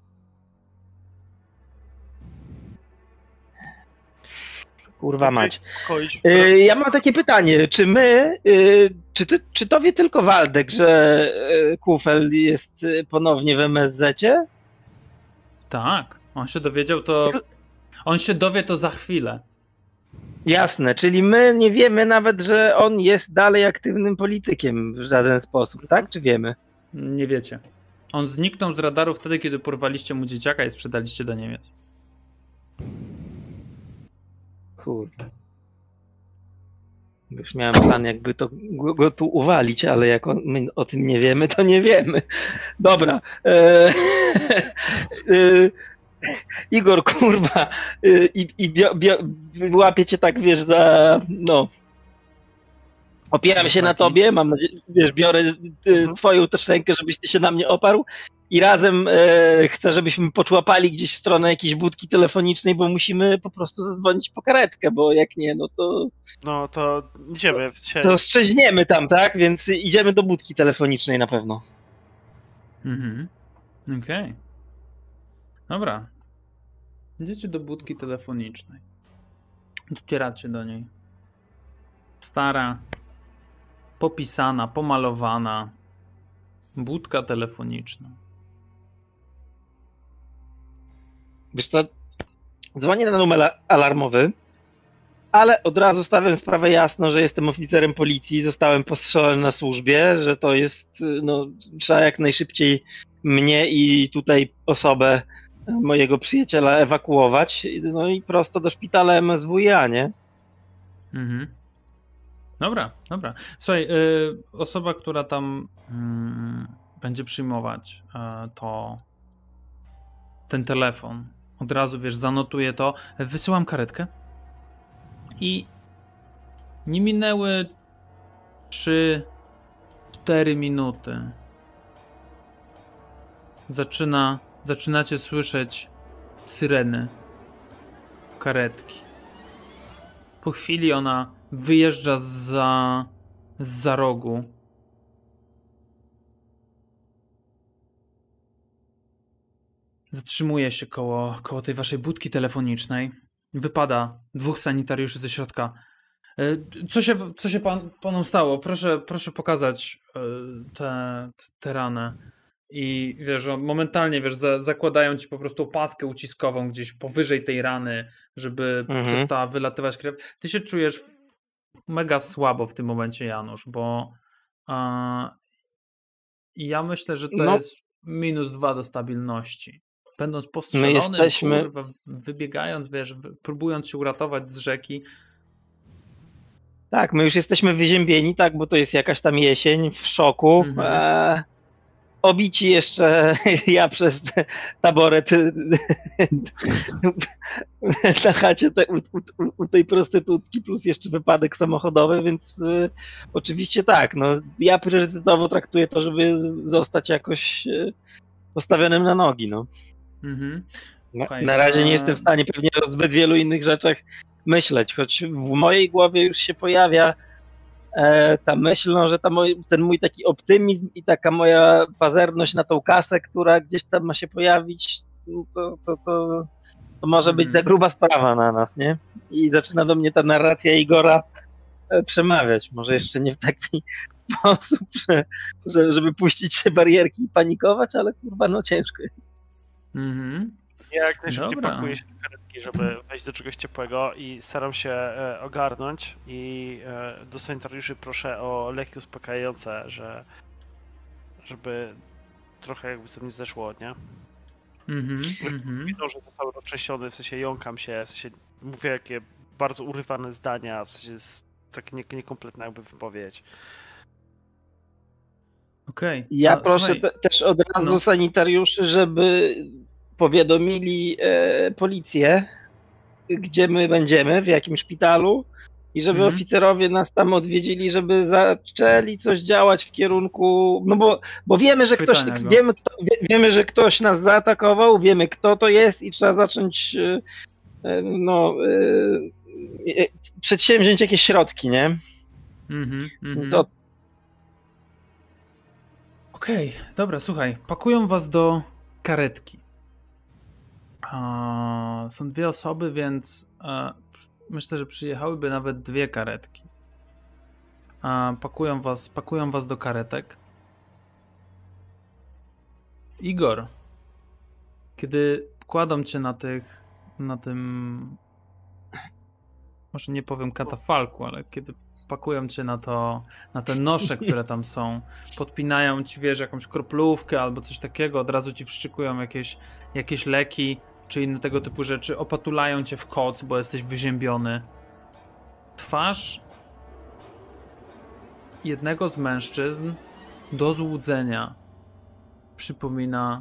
Kurwa mać. Koić. Y, ja mam takie pytanie, czy my, y, czy, ty, czy to wie tylko Waldek, że y, kufel jest y, ponownie w M S Z-cie? Tak, on się dowiedział to... On się dowie to za chwilę. Jasne, czyli my nie wiemy nawet, że on jest dalej aktywnym politykiem w żaden sposób, tak? Czy wiemy? Nie wiecie. On zniknął z radaru wtedy, kiedy porwaliście mu dzieciaka i sprzedaliście do Niemiec. Kurde. Już miałem plan, jakby to go, go tu uwalić, ale jak on, my o tym nie wiemy, to nie wiemy. Dobra. E, e, Igor, kurwa, e, i, i bio, bio, łapię cię tak, wiesz, za, no, opieram się na tobie, mam nadzieję, wiesz, biorę e, twoją też rękę, żebyś ty się na mnie oparł i razem e, chcę, żebyśmy poczłapali gdzieś w stronę jakiejś budki telefonicznej, bo musimy po prostu zadzwonić po karetkę, bo jak nie, no to, No to idziemy. Się... to strzeźniemy tam, tak? Więc idziemy do budki telefonicznej na pewno. Mhm. Okej. Okay. Dobra. Idziecie do budki telefonicznej. Docieracie do niej. Stara, popisana, pomalowana budka telefoniczna. Wiesz co, dzwonię na numer alarmowy, ale od razu stawiam sprawę jasno, że jestem oficerem policji, zostałem postrzelony na służbie, że to jest, no, trzeba jak najszybciej mnie i tutaj osobę mojego przyjaciela ewakuować, no i prosto do szpitala M S W A, nie? Mhm. Dobra, dobra. Słuchaj, y, osoba, która tam y, będzie przyjmować y, to ten telefon, od razu, wiesz, zanotuje to, wysyłam karetkę i nie minęły trzy cztery minuty. Zaczyna, zaczynacie słyszeć syreny karetki. Po chwili ona wyjeżdża za, za rogu. Zatrzymuje się koło, koło tej waszej budki telefonicznej. Wypada dwóch sanitariuszy ze środka. Co się, co się pan, panu stało? Proszę, proszę pokazać tę te, te ranę. I wiesz, że momentalnie, wiesz, za, zakładają ci po prostu opaskę uciskową gdzieś powyżej tej rany, żeby Mhm. przestała wylatywać krew. Ty się czujesz w, mega słabo w tym momencie, Janusz, bo a, ja myślę, że to No. jest minus dwa do stabilności. Będąc postrzelonym, jesteśmy- kurwa, wybiegając, wiesz, wy- próbując się uratować z rzeki. Tak, my już jesteśmy wyziębieni, tak, bo to jest jakaś tam jesień, w szoku. Mhm. E, obici jeszcze ja przez taboret na chacie te, u, u, u tej prostytutki, plus jeszcze wypadek samochodowy, więc e, oczywiście tak, no ja priorytetowo traktuję to, żeby zostać jakoś e, postawionym na nogi, no. Mhm. Na, Okej, na razie a- nie jestem w stanie pewnie o zbyt wielu innych rzeczach myśleć, choć w mojej głowie już się pojawia e, ta myśl, no, że ta moj, ten mój taki optymizm i taka moja pazerność na tą kasę, która gdzieś tam ma się pojawić, no to, to, to, to może być Mhm. za gruba sprawa na nas, nie? I zaczyna do mnie ta narracja Igora e, przemawiać. Może jeszcze nie w taki sposób, że, że, żeby puścić się barierki i panikować, ale kurwa, no ciężko jest. Mhm. Ja jak najszybciej Dobra. pakuję się do karetki, żeby wejść do czegoś ciepłego i staram się e, ogarnąć i e, do sanitariuszy proszę o leki uspokajające, że żeby trochę jakby sobie nie zeszło, nie? Mhm. Mhm. Widzą, że zostały roztrzęsione, w sensie jąkam się, w sensie mówię jakie bardzo urywane zdania, w sensie jest takie nie, niekompletna jakby wypowiedź. Okej. Ja A, proszę słuchaj, te, też od razu no. sanitariuszy, żeby powiadomili e, policję, gdzie my będziemy, w jakim szpitalu i żeby Mhm. oficerowie nas tam odwiedzili, żeby zaczęli coś działać w kierunku, no bo, bo wiemy, że ktoś, Chwytania go. wiemy, kto, wie, wiemy, że ktoś nas zaatakował, wiemy kto to jest i trzeba zacząć e, e, no e, e, przedsięwziąć jakieś środki, nie? Mhm. Mhm. To Okej, dobra, słuchaj, pakują was do karetki. A, są dwie osoby, więc e, myślę, że przyjechałyby nawet dwie karetki. A, pakują was, pakują was do karetek. Igor, kiedy kładą cię na tych, na tym, może nie powiem katafalku, ale kiedy pakują cię na to, na te nosze, które tam są, podpinają ci, wiesz, jakąś kroplówkę albo coś takiego, od razu ci wszczykują jakieś, jakieś leki, czy inne tego typu rzeczy, opatulają cię w koc, bo jesteś wyziębiony. Twarz jednego z mężczyzn do złudzenia przypomina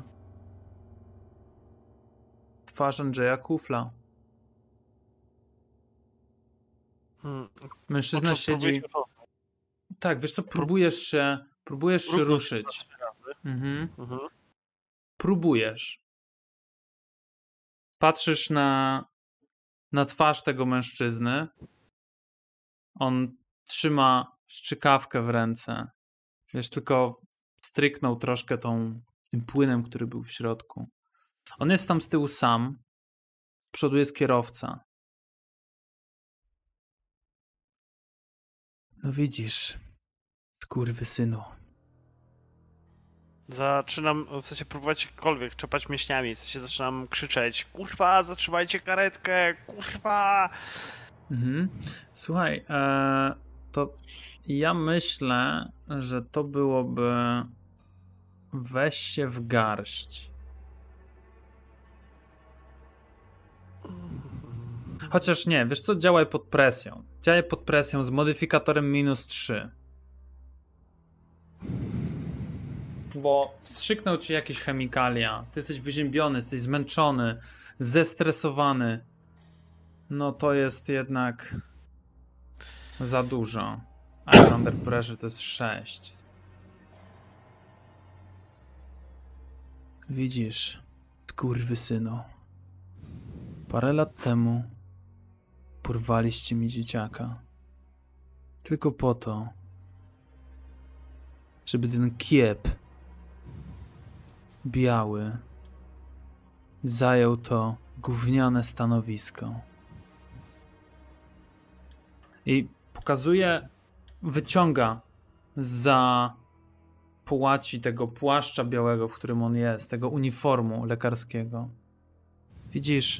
twarz Andrzeja Kufla. Hmm. Mężczyzna O czym siedzi... próbujecie rozmawiać? Tak, wiesz co, próbujesz się, próbujesz się Równać ruszyć. trzy razy. Mhm. Mhm. Próbujesz. Patrzysz na, na twarz tego mężczyzny. On trzyma szczykawkę w ręce. Wiesz, tylko stryknął troszkę tą, tym płynem, który był w środku. On jest tam z tyłu sam. Z przodu jest kierowca. No widzisz, skurwysynu. Zaczynam w sensie próbować jakkolwiek czepać mięśniami, w sensie zaczynam krzyczeć: kurwa, zatrzymajcie karetkę, kurwa! Mhm. Słuchaj, e, to ja myślę, że to byłoby weź się w garść. Chociaż nie, wiesz co, działaj pod presją. Działaj pod presją z modyfikatorem minus trzy. Bo wstrzyknął ci jakieś chemikalia, ty jesteś wyziębiony, jesteś zmęczony, zestresowany. No to jest jednak za dużo. A under pressure to jest sześć. Widzisz, skurwysynu. Parę lat temu porwaliście mi dzieciaka. Tylko po to, żeby ten kiep biały zajął to gówniane stanowisko. I pokazuje, wyciąga za połaci tego płaszcza białego, w którym on jest, tego uniformu lekarskiego. Widzisz,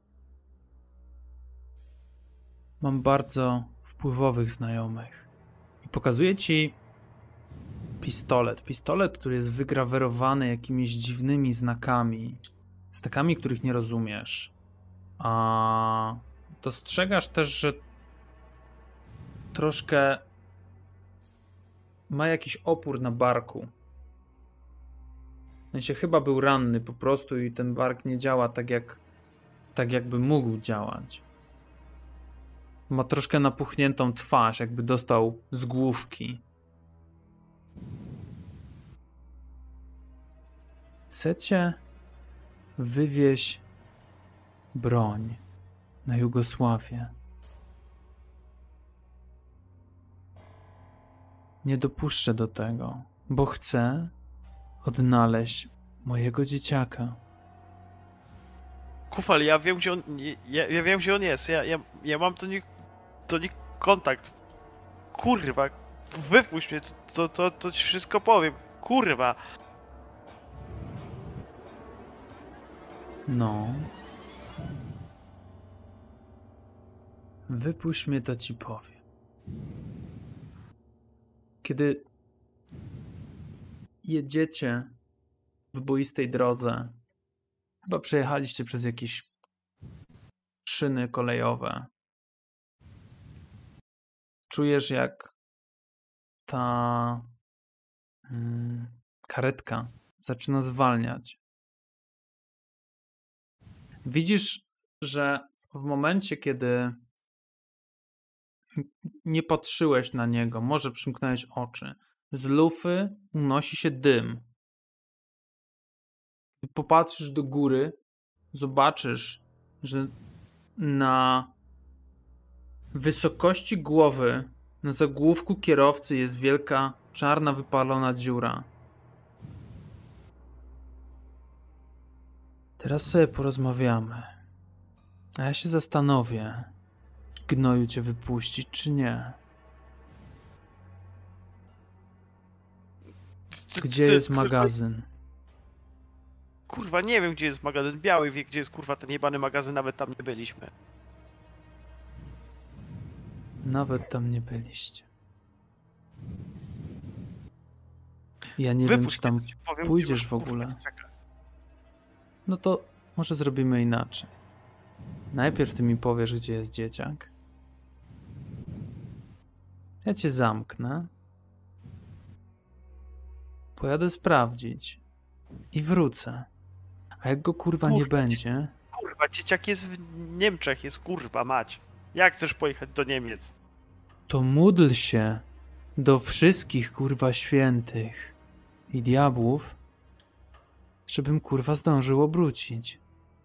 mam bardzo wpływowych znajomych. I pokazuje ci pistolet. Pistolet, który jest wygrawerowany jakimiś dziwnymi znakami. Znakami, których nie rozumiesz. A dostrzegasz też, że troszkę ma jakiś opór na barku. W sensie chyba był ranny po prostu i ten bark nie działa tak jak tak jakby mógł działać. Ma troszkę napuchniętą twarz, jakby dostał z główki. Chcecie wywieźć broń na Jugosławię. Nie dopuszczę do tego, bo chcę odnaleźć mojego dzieciaka. Kufel, ja wiem gdzie on. Ja, ja wiem gdzie on jest. Ja, ja, ja mam do nich, do nich kontakt. Kurwa, wypuść mnie, to, to, to ci wszystko powiem. Kurwa. No. Wypuść mnie, to ci powiem. Kiedy jedziecie w boistej drodze, chyba przejechaliście przez jakieś szyny kolejowe, czujesz jak ta mm, karetka zaczyna zwalniać. Widzisz, że w momencie, kiedy nie patrzyłeś na niego, może przymknąłeś oczy, z lufy unosi się dym. Gdy popatrzysz do góry, zobaczysz, że na wysokości głowy, na zagłówku kierowcy jest wielka, czarna, wypalona dziura. Teraz sobie porozmawiamy. A ja się zastanowię, czy gnoju cię wypuścić, czy nie. Gdzie Ty- jest ty- magazyn? Kurwa, nie wiem gdzie jest magazyn. Biały wie gdzie jest kurwa ten jebany magazyn, nawet tam nie byliśmy. Nawet tam nie byliście. Ja nie wiem, Wypuść czy tam mnie, to ci powiem, gdzie pójdziesz masz, w kurwa, ogóle. czeka. No to może zrobimy inaczej. Najpierw ty mi powiesz, gdzie jest dzieciak. Ja cię zamknę. Pojadę sprawdzić. I wrócę. A jak go kurwa nie Kurwa, będzie, Kurwa, dzieciak jest w Niemczech, jest kurwa mać. Jak chcesz pojechać do Niemiec? to módl się do wszystkich kurwa świętych i diabłów, żebym kurwa zdążył obrócić.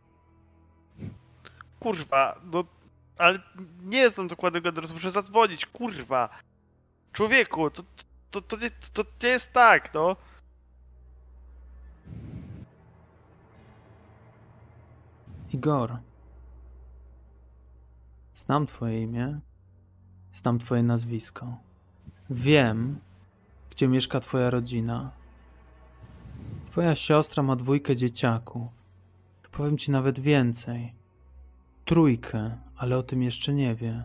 Kurwa, no... Ale nie znam dokładnego adresu, muszę zadzwonić, kurwa. Człowieku, to, to, to, nie, to nie jest tak, no. Igor, znam twoje imię, znam twoje nazwisko. Wiem, gdzie mieszka twoja rodzina. Twoja siostra ma dwójkę dzieciaków. Powiem ci nawet więcej. Trójkę, ale o tym jeszcze nie wie.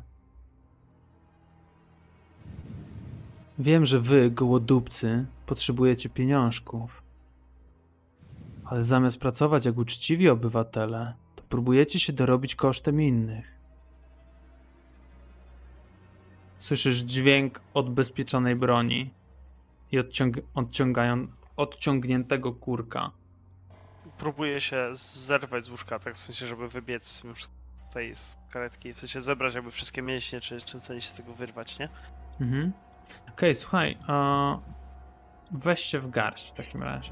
Wiem, że wy, gołodupcy, potrzebujecie pieniążków. Ale zamiast pracować jak uczciwi obywatele, to próbujecie się dorobić kosztem innych. Słyszysz dźwięk odbezpieczonej broni i odciąg odciągają odciągniętego kurka. Próbuję się zerwać z łóżka, tak w sensie, żeby wybiec już tutaj z karetki, w sensie zebrać jakby wszystkie mięśnie, czy czym chcę się z tego wyrwać, nie? Mhm. Okej, okay, słuchaj, uh, weź się w garść w takim razie.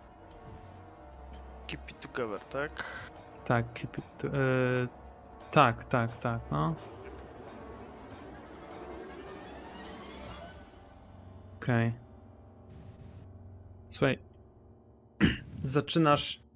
Keep it together, tak? Tak, keep it, to, yy, tak, tak, tak, no. Okej. Okay. Słuchaj, zaczynasz,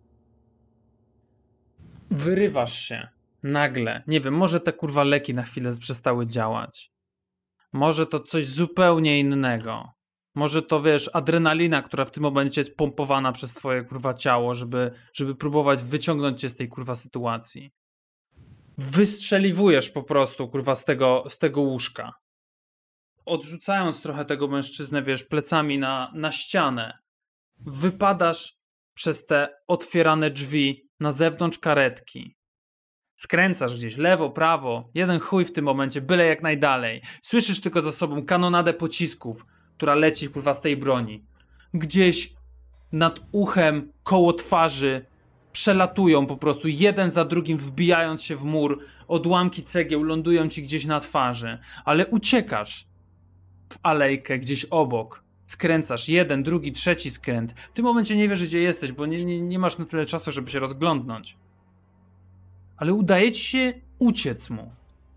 wyrywasz się nagle. Nie wiem, może te kurwa leki na chwilę przestały działać. Może to coś zupełnie innego. Może to, wiesz, adrenalina, która w tym momencie jest pompowana przez twoje kurwa ciało, żeby, żeby próbować wyciągnąć cię z tej kurwa sytuacji. Wystrzeliwujesz po prostu kurwa z tego, z tego łóżka. Odrzucając trochę tego mężczyznę, wiesz, plecami na, na ścianę. Wypadasz przez te otwierane drzwi na zewnątrz karetki. Skręcasz gdzieś, lewo, prawo, jeden chuj w tym momencie, byle jak najdalej. Słyszysz tylko za sobą kanonadę pocisków, która leci kurwa z tej broni. Gdzieś nad uchem, koło twarzy przelatują po prostu, jeden za drugim wbijając się w mur, odłamki cegieł lądują ci gdzieś na twarzy, ale uciekasz w alejkę gdzieś obok. Skręcasz, jeden, drugi, trzeci skręt. W tym momencie nie wiesz, gdzie jesteś, bo nie, nie, nie masz na tyle czasu, żeby się rozglądnąć. Ale udaje ci się uciec mu.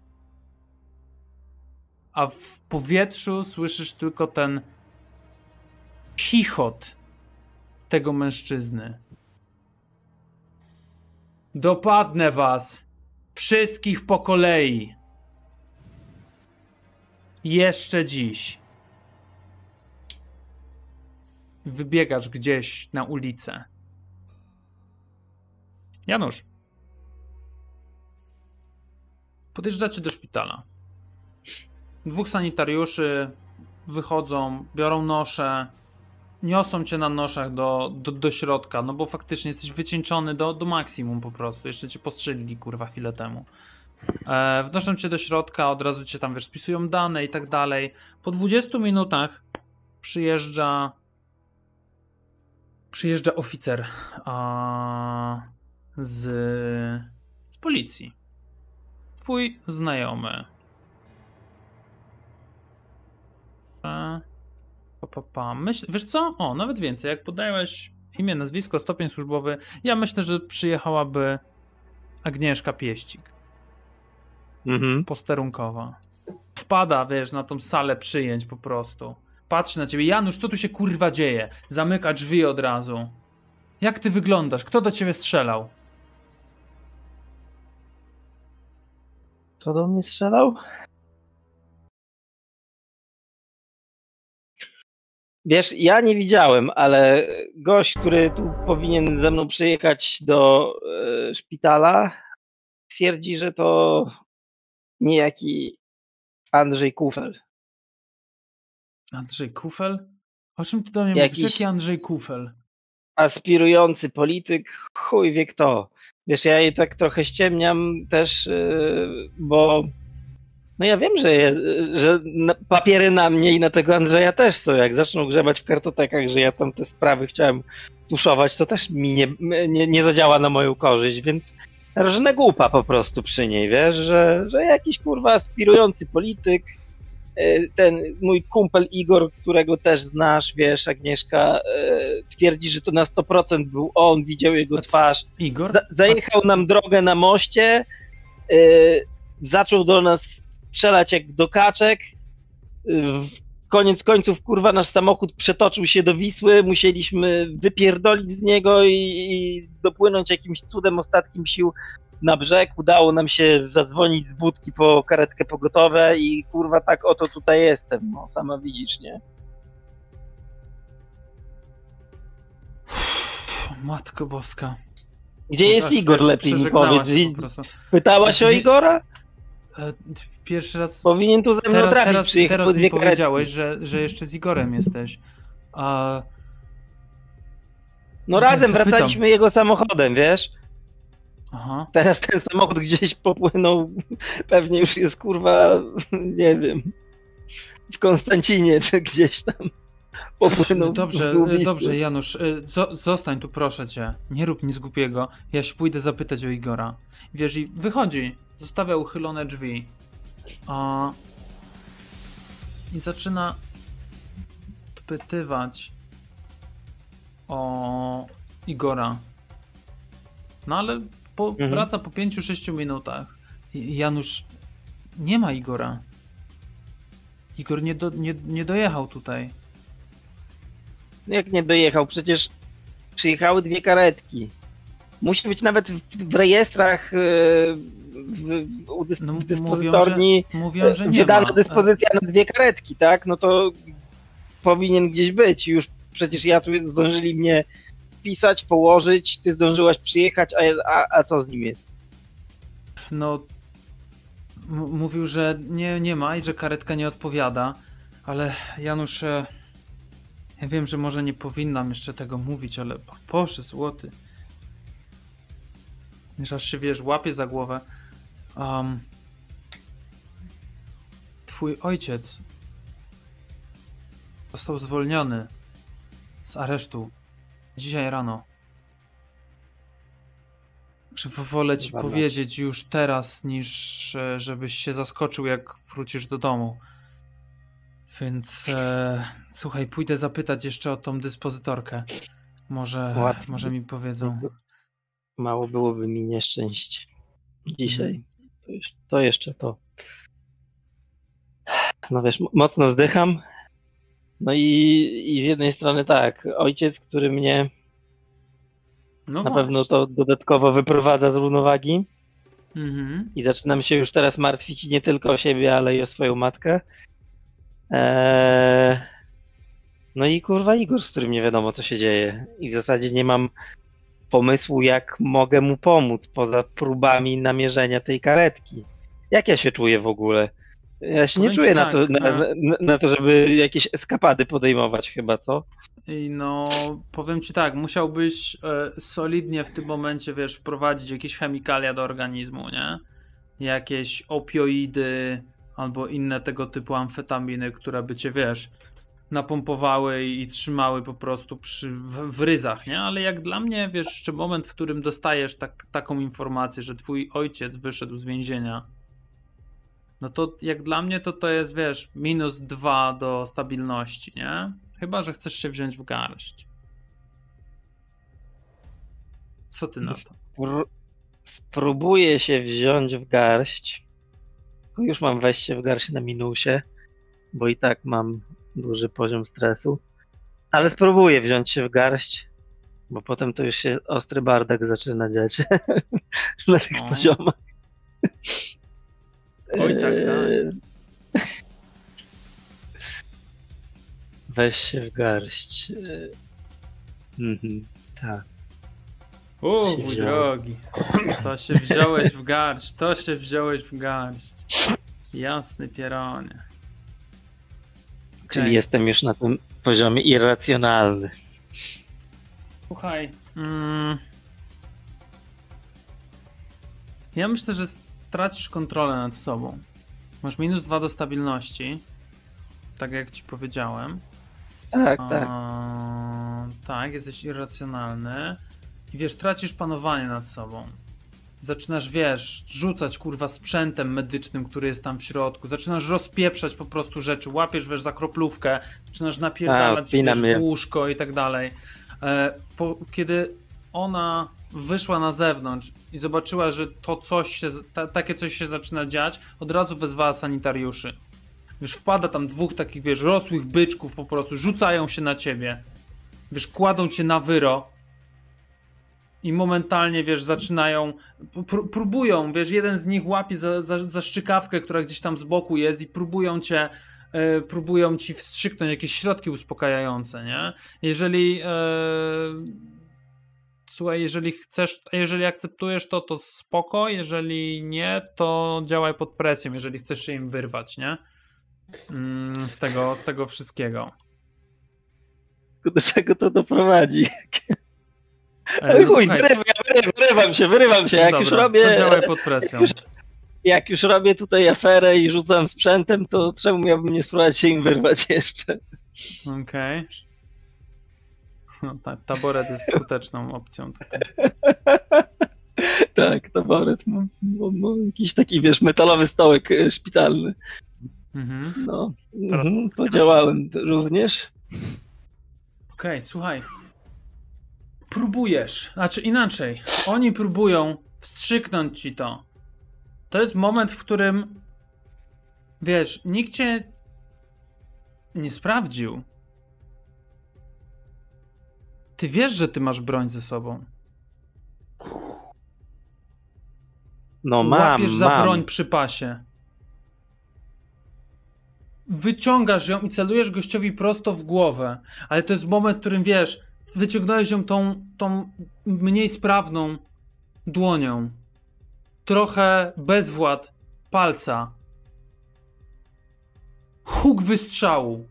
A w powietrzu słyszysz tylko ten chichot tego mężczyzny. Dopadnę was wszystkich po kolei. Jeszcze dziś. Wybiegasz gdzieś na ulicę. Janusz. Podjeżdżacie do szpitala. Dwóch sanitariuszy wychodzą, biorą nosze, niosą cię na noszach do, do, do środka, no bo faktycznie jesteś wycieńczony do, do maksimum po prostu. Jeszcze cię postrzelili, kurwa, chwilę temu. E, wnoszą cię do środka, od razu cię tam, wiesz, spisują dane i tak dalej. Po dwudziestu minutach przyjeżdża przyjeżdża oficer a, z, z policji. Twój znajomy. Pa, pa, pa. Myśl, wiesz co? O, nawet więcej. Jak podałeś imię, nazwisko, stopień służbowy, ja myślę, że przyjechałaby Agnieszka Pieścik. Mhm. Posterunkowa. Wpada, wiesz, na tą salę przyjęć po prostu. Patrzy na ciebie. Janusz, co tu się kurwa dzieje? Zamyka drzwi od razu. Jak ty wyglądasz? Kto do ciebie strzelał? Kto do mnie strzelał? Wiesz, ja nie widziałem, ale gość, który tu powinien ze mną przyjechać do e, szpitala, twierdzi, że to niejaki Andrzej Kufel. Andrzej Kufel? O czym ty do mnie Jakiś- mówisz? Jaki Andrzej Kufel? Aspirujący polityk, chuj wie kto. Wiesz, ja jej tak trochę ściemniam też, yy, bo no ja wiem, że, je, że na- papiery na mnie i na tego Andrzeja też są. Jak zaczną grzebać w kartotekach, że ja tam te sprawy chciałem tuszować, to też mi nie, nie, nie zadziała na moją korzyść, więc różne głupa po prostu przy niej, wiesz, że, że jakiś kurwa aspirujący polityk, yy, ten mój kumpel Igor, którego też znasz, wiesz, Agnieszka, yy, twierdzi, że to na sto procent był on, widział jego A co- twarz. Igor? Za- zajechał nam drogę na moście, yy, zaczął do nas strzelać jak do kaczek. Yy, koniec końców, kurwa, nasz samochód przetoczył się do Wisły, musieliśmy wypierdolić z niego i, i dopłynąć jakimś cudem ostatkiem sił na brzeg, udało nam się zadzwonić z budki po karetkę pogotowe i kurwa tak oto tutaj jestem, no sama widzisz, nie? Matko boska. Gdzie Aż jest Igor, wiesz, lepiej mi przeżegnałaś powiedz. się I- po prostu. Pytałaś o Nie- Igora? E, Pierwszy raz. Powinien tu ze mną Teraz, trafić, teraz, przyjechać teraz po mi dwie karetki. powiedziałeś, że, że jeszcze z Igorem jesteś. A No Więc razem zapytam. wracaliśmy jego samochodem, wiesz? aha. Teraz ten samochód gdzieś popłynął, pewnie już jest kurwa, nie wiem, w Konstancinie czy gdzieś tam popłynął. No dobrze, w dół Wisły. dobrze, Janusz, y, zo, zostań tu, proszę cię. Nie rób nic głupiego. Ja się pójdę zapytać o Igora. Wiesz, i wychodzi, zostawia uchylone drzwi. A... I zaczyna dopytywać o Igora. No ale po, Mhm. wraca po pięciu sześciu minutach. I Janusz, nie ma Igora. Igor nie, do, nie, nie dojechał tutaj. Jak nie dojechał? Przecież przyjechały dwie karetki. Musi być nawet w, w rejestrach, e, w, w, u dys, No, w mówią, dyspozytorni Mówią, że nie wydana ma. dyspozycja na dwie karetki, tak? No to powinien gdzieś być. Już przecież ja tu zdążyli mnie wpisać, położyć, ty zdążyłaś przyjechać, a, a, a co z nim jest? No, m- mówił, że nie, nie ma i że karetka nie odpowiada, ale Janusz, e, ja wiem, że może nie powinnam jeszcze tego mówić, ale Boże złoty. Wiesz, aż się, wiesz, łapie za głowę. Um, twój ojciec został zwolniony z aresztu dzisiaj rano. Że wolę ci Zobacz. powiedzieć już teraz, niż e, żebyś się zaskoczył, jak wrócisz do domu. Więc e, słuchaj, pójdę zapytać jeszcze o tą dyspozytorkę. Może, Łatwo. może mi powiedzą. Mało byłoby mi nieszczęść dzisiaj. To, już, to jeszcze to. No wiesz, m- mocno wzdycham. No i, i z jednej strony tak, ojciec, który mnie No na właśnie. pewno to dodatkowo wyprowadza z równowagi Mhm. i zaczynam się już teraz martwić nie tylko o siebie, ale i o swoją matkę. Eee... No i kurwa Igor, z którym nie wiadomo co się dzieje i w zasadzie nie mam pomysłu, jak mogę mu pomóc poza próbami namierzenia tej karetki. Jak ja się czuję w ogóle? Ja się nie Powiem ci czuję na, tak, to, na, e- na, na to, żeby jakieś eskapady podejmować chyba, co? I no, powiem ci tak, musiałbyś e, solidnie w tym momencie, wiesz, wprowadzić jakieś chemikalia do organizmu, nie? Jakieś opioidy albo inne tego typu amfetaminy, które by cię, wiesz, napompowały i trzymały po prostu przy, w, w ryzach, nie? Ale jak dla mnie, wiesz, jeszcze moment, w którym dostajesz tak, taką informację, że twój ojciec wyszedł z więzienia, no to jak dla mnie to to jest, wiesz, minus dwa do stabilności, nie? Chyba że chcesz się wziąć w garść. Co ty na to? Spró- Spróbuję się wziąć w garść. Tylko już mam wejście w garść na minusie, bo i tak mam duży poziom stresu. Ale spróbuję wziąć się w garść, bo potem to już się ostry bardak zaczyna dziać na tych O. poziomach. Oj, tak, tak. Eee, Weź się w garść. Eee, Mhm, tak. O, się mój wziąłem. drogi. To się wziąłeś w garść, to się wziąłeś w garść. Jasny pieronie. Czyli Okej. jestem już na tym poziomie irracjonalny. Słuchaj. Mm, ja myślę, że stracisz kontrolę nad sobą. Masz minus dwa do stabilności. Tak jak ci powiedziałem. Tak, tak. A, tak, jesteś irracjonalny. I wiesz, tracisz panowanie nad sobą. Zaczynasz, wiesz, rzucać kurwa sprzętem medycznym, który jest tam w środku. Zaczynasz rozpieprzać po prostu rzeczy. Łapiesz, wiesz, za kroplówkę. Zaczynasz napierdalać, wpinam wiesz, je. w łóżko i tak dalej. E, po, kiedy ona wyszła na zewnątrz i zobaczyła, że to coś się, ta, takie coś się zaczyna dziać, od razu wezwała sanitariuszy. Wiesz, wpada tam dwóch takich, wiesz, rosłych byczków po prostu, rzucają się na ciebie. Wiesz, kładą cię na wyro. i momentalnie, wiesz, zaczynają, pró- próbują, wiesz, jeden z nich łapie za, za, za szczykawkę, która gdzieś tam z boku jest i próbują cię, e, próbują ci wstrzyknąć jakieś środki uspokajające, nie? Jeżeli, e, słuchaj, jeżeli chcesz, jeżeli akceptujesz to, to spoko, jeżeli nie, to działaj pod presją, jeżeli chcesz się im wyrwać, nie? Mm, z tego, z tego wszystkiego. Do czego to doprowadzi? E, Ale no chuj, słuchaj, wyrywam, wyrywam się, wyrywam się. Jak dobra, już robię. to działaj pod presją. Jak już, jak już robię tutaj aferę i rzucam sprzętem, to czemu miałbym nie spróbować się im wyrwać jeszcze? Okej. No, ta, taboret jest skuteczną opcją tutaj. Tak, taboret. Mam, mam, mam jakiś taki, wiesz, metalowy stołek e, szpitalny. Mhm. No, Teraz mhm, podziałałem również. Okej, słuchaj. Próbujesz, znaczy inaczej. Oni próbują wstrzyknąć ci to. To jest moment, w którym wiesz, nikt cię nie sprawdził. Ty wiesz, że ty masz broń ze sobą. No mam, Łapiesz za mam. broń przy pasie. Wyciągasz ją i celujesz gościowi prosto w głowę. Ale to jest moment, w którym wiesz, wyciągnąłeś ją tą, tą mniej sprawną dłonią. Trochę bezwład palca. Huk wystrzału.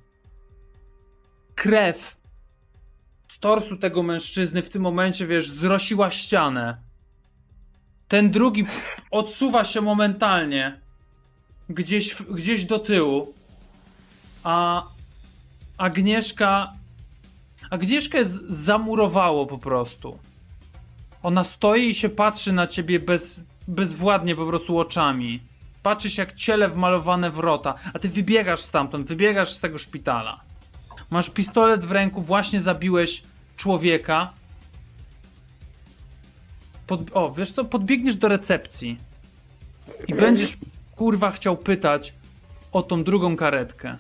Krew z torsu tego mężczyzny w tym momencie, wiesz, zrosiła ścianę. Ten drugi odsuwa się momentalnie gdzieś, w- gdzieś do tyłu, a Agnieszka Agnieszkę z- zamurowało po prostu. Ona stoi i się patrzy na ciebie bez, bezwładnie po prostu oczami. Patrzysz jak ciele wmalowane w wrota, a ty wybiegasz stamtąd, wybiegasz z tego szpitala. Masz pistolet w ręku, właśnie zabiłeś człowieka. Pod, o, wiesz co, podbiegniesz do recepcji i będziesz, kurwa, chciał pytać o tą drugą karetkę.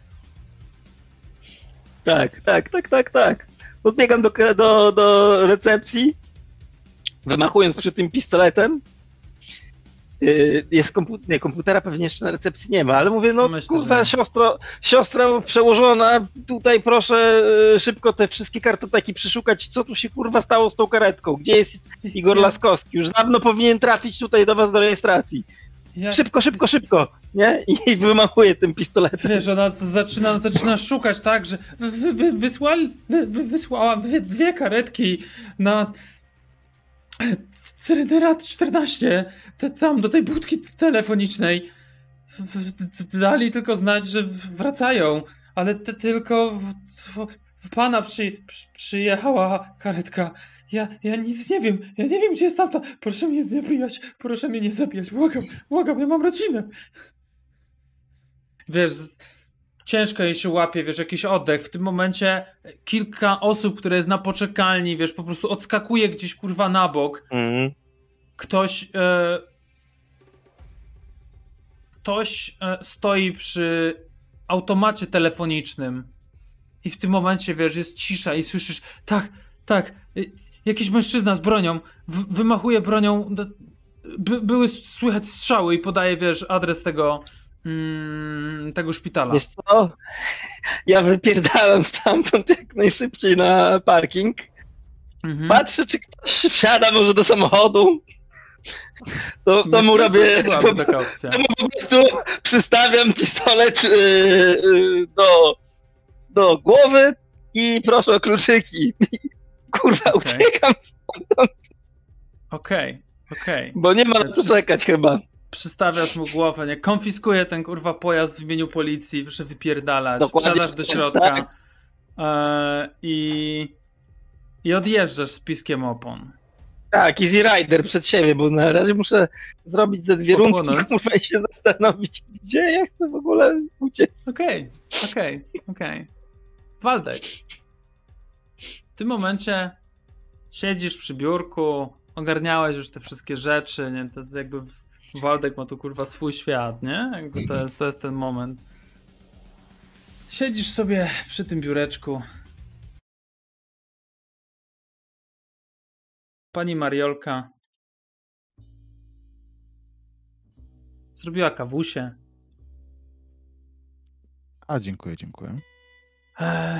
Tak, tak, tak, tak, tak. Podbiegam do, do, do recepcji, wymachując przy tym pistoletem. Yy, Jest komputer, nie, komputera pewnie jeszcze na recepcji nie ma, ale mówię, no Myślę, kurwa, że nie. siostro, siostra przełożona, tutaj proszę yy, szybko te wszystkie kartoteki przeszukać, co tu się kurwa stało z tą karetką, gdzie jest Igor Ja- Laskowski, już dawno powinien trafić tutaj do was do rejestracji. Ja, Szybko, szybko, szybko, nie? I wymachuję tym pistoletem. Wiesz, ona z- zaczyna, zaczyna szukać, tak, że wy, wy, wy, wysłali, wy, wy, wysłałam dwie, dwie karetki na Cyrynerat czternaście, te, tam do tej budki telefonicznej. W- w- d- Dali tylko znać, że wracają, ale te, tylko w, w, w pana przy, przy, przyjechała karetka. Ja, ja nic nie wiem, ja nie wiem, gdzie jest tamta. Proszę mnie nie zabijać, proszę mnie nie zabijać, błagam, błagam, ja mam rodzinę. Wiesz, z- ciężko jej się łapie, wiesz, jakiś oddech. W tym momencie kilka osób, które jest na poczekalni, wiesz, po prostu odskakuje gdzieś, kurwa, na bok. Mhm. Ktoś e, ktoś e, stoi przy automacie telefonicznym i w tym momencie, wiesz, jest cisza i słyszysz, tak, tak, y, jakiś mężczyzna z bronią, w, wymachuje bronią, do, by, były słychać strzały i podaje, wiesz, adres tego mm, tego szpitala. Wiesz co? Ja wypierdalam stamtąd jak najszybciej na parking. Mhm. Patrzę, czy ktoś wsiada może do samochodu. To, to Myślę, mu że robię, byłaby po, taka opcja. to mu po prostu przystawiam pistolet yy, yy, do, do głowy i proszę o kluczyki. Kurwa, Okej. uciekam, Okej, okej. bo nie ma na co Przy- czekać chyba. Przystawiasz mu głowę, nie? Konfiskuje ten kurwa pojazd w imieniu policji, proszę wypierdalać, Dokładnie wsiadasz do tak, środka tak. e, i, i odjeżdżasz z piskiem opon. Tak, Easy Rider przed siebie, bo na razie muszę zrobić ze dwie rundki Pochłonąć. kurwa, i się zastanowić, gdzie ja chcę w ogóle uciec. Okej, okej, okej. Waldek, w tym momencie siedzisz przy biurku, ogarniałeś już te wszystkie rzeczy, nie? To jest jakby w- Waldek ma tu kurwa swój świat, nie? Jakby to jest, to jest ten moment. Siedzisz sobie przy tym biureczku, pani Mariolka zrobiła kawusie. A, dziękuję, dziękuję. Eee.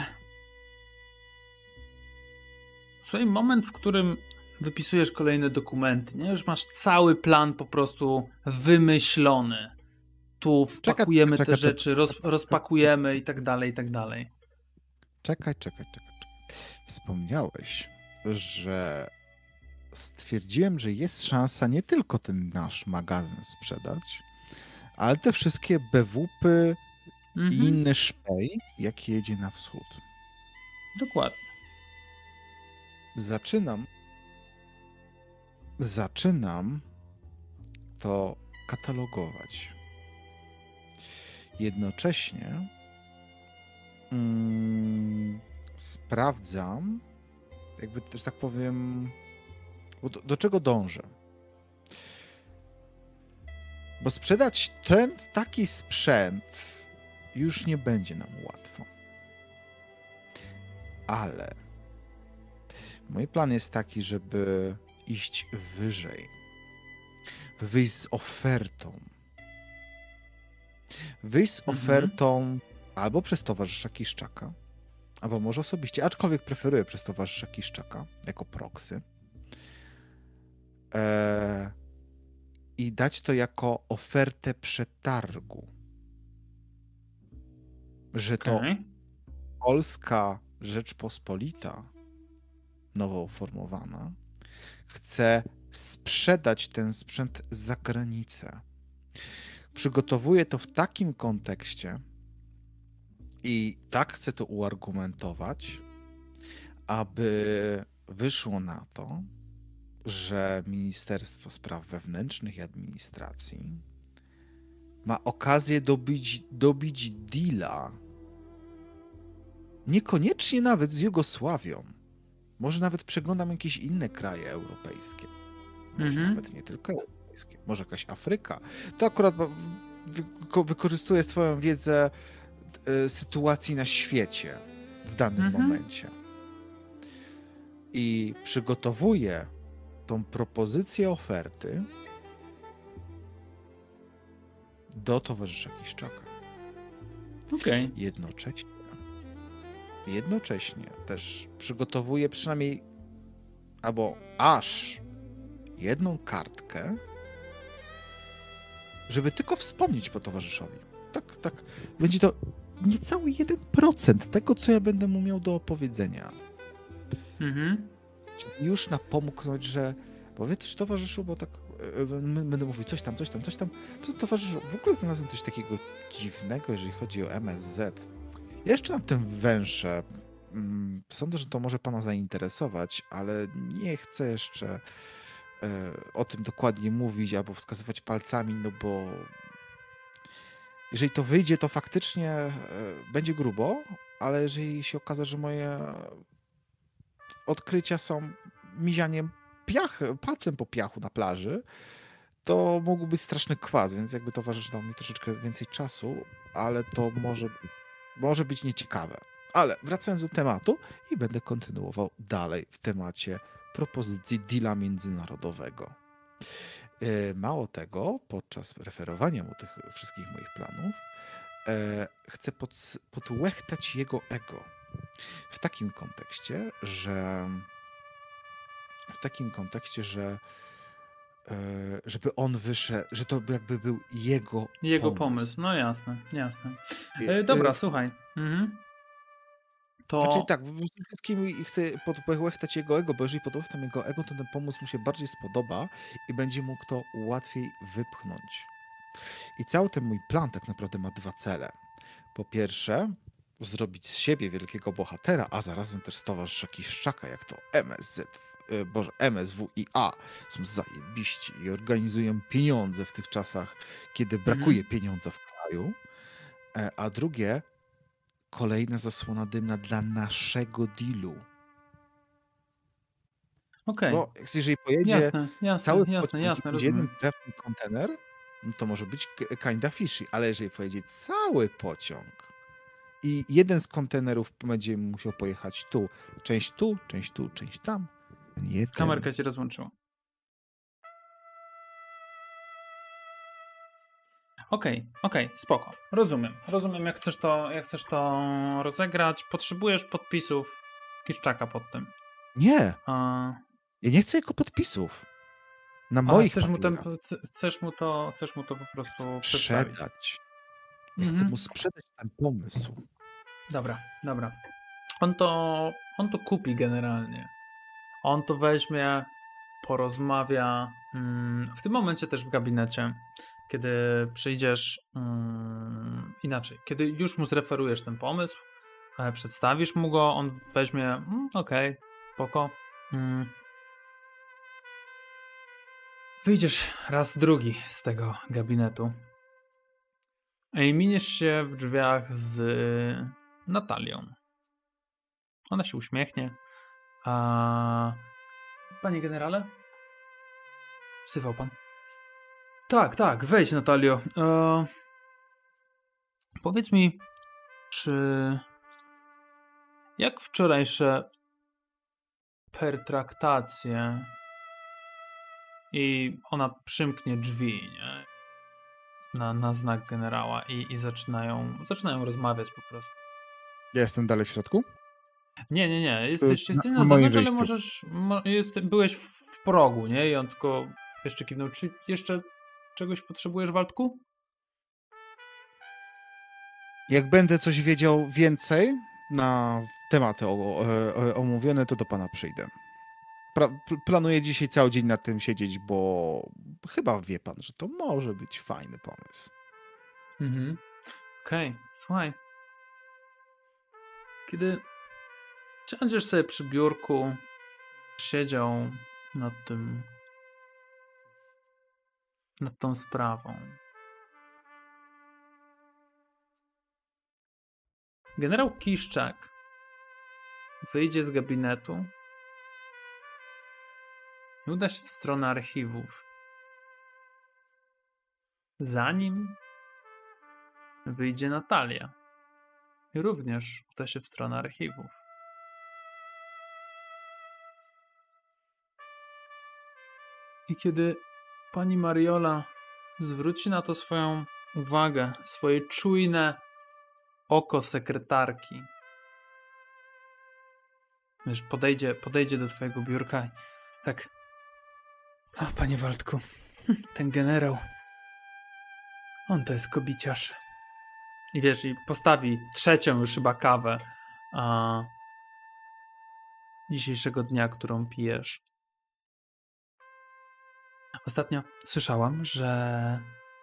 Słuchaj, moment, w którym wypisujesz kolejne dokumenty, nie? Już masz cały plan po prostu wymyślony. Tu wpakujemy czekaj, te czekaj, rzeczy, roz, rozpakujemy i tak dalej, i tak dalej. Czekaj, czekaj, czekaj. czekaj. Wspomniałeś, że stwierdziłem, że jest szansa nie tylko ten nasz magazyn sprzedać, ale te wszystkie B W P i Mhm, inny szpej, jaki jedzie na wschód. dokładnie. Zaczynam zaczynam to katalogować. Jednocześnie mm, sprawdzam, jakby też tak powiem, bo do, do czego dążę. Bo sprzedać ten taki sprzęt już nie będzie nam łatwo. Ale mój plan jest taki, żeby iść wyżej. Wyjść z ofertą. Wyjść z Mhm. ofertą albo przez towarzysza Kiszczaka, albo może osobiście, aczkolwiek preferuję przez towarzysza Kiszczaka jako proxy. Eee, I dać to jako ofertę przetargu. Że to Okej. Polska Rzeczpospolita, nowo uformowana, chce sprzedać ten sprzęt za granicę. Przygotowuję to w takim kontekście i tak chcę to uargumentować, aby wyszło na to, że Ministerstwo Spraw Wewnętrznych i Administracji ma okazję dobić, dobić deala, niekoniecznie nawet z Jugosławią. Może nawet przeglądam jakieś inne kraje europejskie. Może Mhm. nawet nie tylko europejskie. Może jakaś Afryka. To akurat bo wy- wykorzystuję swoją wiedzę e, sytuacji na świecie w danym Mhm. momencie. I przygotowuję tą propozycję oferty do towarzysza Kiszczaka. Okej. Jednocześnie, jednocześnie też przygotowuję przynajmniej albo aż jedną kartkę, żeby tylko wspomnieć po towarzyszowi. Tak, tak. Będzie to niecały jeden procent tego, co ja będę mu miał do opowiedzenia. Mhm. Żeby już napomknąć, że powiedz towarzyszu, bo tak e, m- będę mówił coś tam, coś tam, coś tam. Poza tym, towarzyszu, w ogóle znalazłem coś takiego dziwnego, jeżeli chodzi o M S Z. Ja jeszcze nad tym węszę. Mm, Sądzę, że to może pana zainteresować, ale nie chcę jeszcze e, o tym dokładnie mówić albo wskazywać palcami, no bo jeżeli to wyjdzie, to faktycznie e, będzie grubo, ale jeżeli się okaże, że moje odkrycia są mizianiem piach, palcem po piachu na plaży, to mógł być straszny kwas, więc jakby towarzysz dał mi troszeczkę więcej czasu, ale to może, może być nieciekawe. Ale wracając do tematu i będę kontynuował dalej w temacie propozycji deala międzynarodowego. E, Mało tego, podczas referowania mu tych wszystkich moich planów, e, chcę pod, podłechtać jego ego. W takim kontekście, że w takim kontekście, że e, żeby on wyszedł, że to by jakby był jego Jego pomysł. pomysł. No jasne, jasne. E, E, dobra, słuchaj. Mhm. To Znaczy tak, przede wszystkim chcę pod- podłechtać jego ego, bo jeżeli podłechtam jego ego, to ten pomysł mu się bardziej spodoba i będzie mógł to łatwiej wypchnąć. I cały ten mój plan tak naprawdę ma dwa cele. Po pierwsze, zrobić z siebie wielkiego bohatera, a zarazem też z towarzysza Kiszczaka, jak to M S Z, e, Boże, M S W i A są zajebiści i organizują pieniądze w tych czasach, kiedy brakuje pieniądza w kraju. E, A drugie, kolejna zasłona dymna dla naszego dealu. okej. Bo jeżeli pojedzie Jasne, jasne, cały jasne, pociąg jasne, i jeden rozumiem. trefny kontener, no to może być k- kinda fishy, ale jeżeli pojedzie cały pociąg i jeden z kontenerów będzie musiał pojechać tu, część tu, część tu, część tam, Nie ten. Kamerka się rozłączyła. Okej, okej, spoko. Rozumiem. Rozumiem, jak chcesz to, jak chcesz to rozegrać. Potrzebujesz podpisów Kiszczaka pod tym. Nie, A, ja nie chcę jego podpisów. Na a moich chcesz, mu ten, papierach. c- chcesz, mu to, chcesz mu to po prostu przedstawić. Sprzedać. Ja chcę Mhm. mu sprzedać ten pomysł. Dobra, dobra. On to, on to kupi generalnie. On to weźmie, porozmawia. mm, W tym momencie też w gabinecie, kiedy przyjdziesz mm, inaczej, kiedy już mu zreferujesz ten pomysł, e, przedstawisz mu go, on weźmie, mm, okej, spoko. Mm. Wyjdziesz raz drugi z tego gabinetu i miniesz się w drzwiach z Natalią. Ona się uśmiechnie. A... Panie generale? Wzywał pan. Tak, tak, wejdź, Natalio. E... Powiedz mi, czy... Jak wczorajsze pertraktacje i ona przymknie drzwi, nie? Na, na znak generała i, i zaczynają, zaczynają rozmawiać po prostu. Ja jestem dalej w środku? Nie, nie, nie. Jesteś, na- jesteś na na moim zewnątrz, ale wyjściu. możesz. Mo, jest, byłeś w, w progu, nie? I on tylko jeszcze kiwnął. Czy jeszcze czegoś potrzebujesz, Waldku? Jak będę coś wiedział więcej na tematy o, o, o, omówione, to do pana przyjdę. Pra, pl- planuję dzisiaj cały dzień nad tym siedzieć, bo chyba wie pan, że to może być fajny pomysł. Mhm. Okej, słuchaj. Kiedy siądziesz sobie przy biurku, siedział nad tym, nad tą sprawą. Generał Kiszczak wyjdzie z gabinetu i uda się w stronę archiwów. Zanim wyjdzie Natalia i również uda się w stronę archiwów. I kiedy pani Mariola zwróci na to swoją uwagę, swoje czujne oko sekretarki, wiesz, podejdzie, podejdzie do twojego biurka i tak, a panie Waldku, ten generał, on to jest kobiciarz. I wiesz, i postawi trzecią już chyba kawę a, dzisiejszego dnia, którą pijesz. Ostatnio słyszałam, że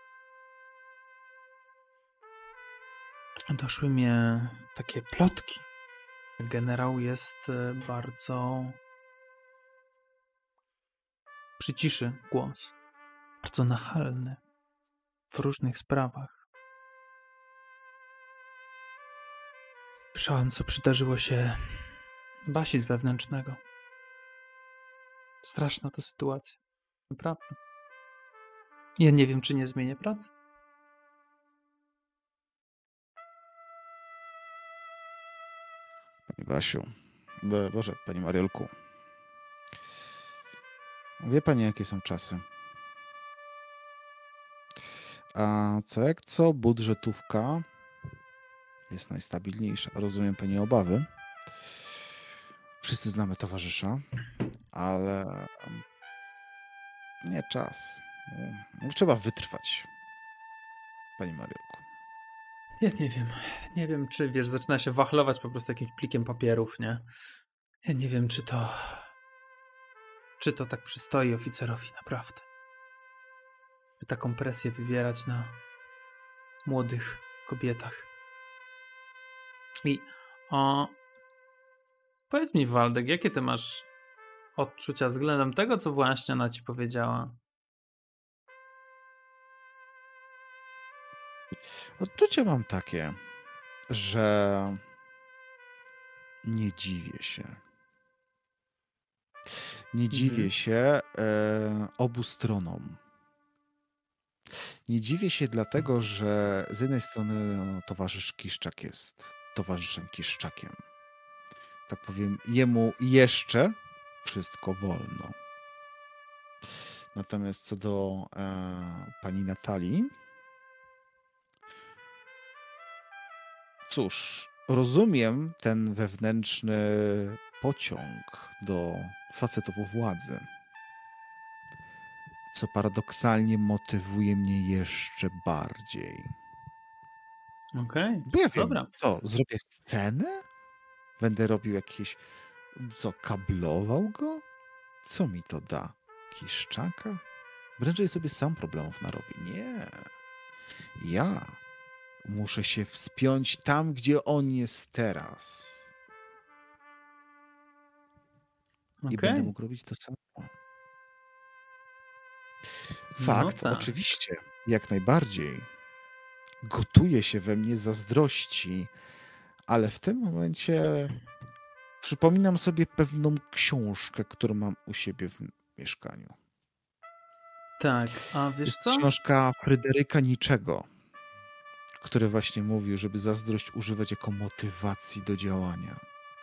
doszły mnie takie plotki. Generał jest e, bardzo przyciszy głos, bardzo nachalny w różnych sprawach. Słyszałam, co przydarzyło się Basi z wewnętrznego. Straszna to sytuacja. Naprawdę. Ja nie wiem, czy nie zmienię pracy. Pani Basiu, Bo- Boże, pani Mariolku. Wie pani, jakie są czasy. A co jak co, budżetówka jest najstabilniejsza. Rozumiem pani obawy. Wszyscy znamy towarzysza, ale nie czas. No, trzeba wytrwać. Pani Mariolku. Ja nie wiem. Nie wiem, czy wiesz, zaczyna się wachlować po prostu jakimś plikiem papierów, nie? Ja nie wiem, czy to. Czy to tak przystoi oficerowi, naprawdę. By taką presję wywierać na młodych kobietach. I o. Powiedz mi, Waldek, jakie ty masz odczucia względem tego, co właśnie ona ci powiedziała? Odczucie mam takie, że nie dziwię się. Nie dziwię Mhm. się e, obu stronom. Nie dziwię się dlatego, że z jednej strony no, towarzysz Kiszczak jest towarzyszem Kiszczakiem. Tak powiem, jemu jeszcze w wszystko wolno. Natomiast co do e, pani Natalii, cóż, rozumiem ten wewnętrzny pociąg do facetów u władzy, co paradoksalnie motywuje mnie jeszcze bardziej. Okej, Bo ja wiem, dobra. co, zrobię scenę? Będę robił jakieś, co, kablował go? Co mi to da? Kiszczaka? Prędzej sobie sam problemów narobię. Nie. Ja muszę się wspiąć tam, gdzie on jest teraz. I będę Okej. mógł robić to samo. No Fakt, tak. oczywiście, jak najbardziej. Gotuje się we mnie zazdrości, ale w tym momencie przypominam sobie pewną książkę, którą mam u siebie w mieszkaniu. Tak, a wiesz Jest co? książka Fryderyka Niczego, który właśnie mówił, żeby zazdrość używać jako motywacji do działania.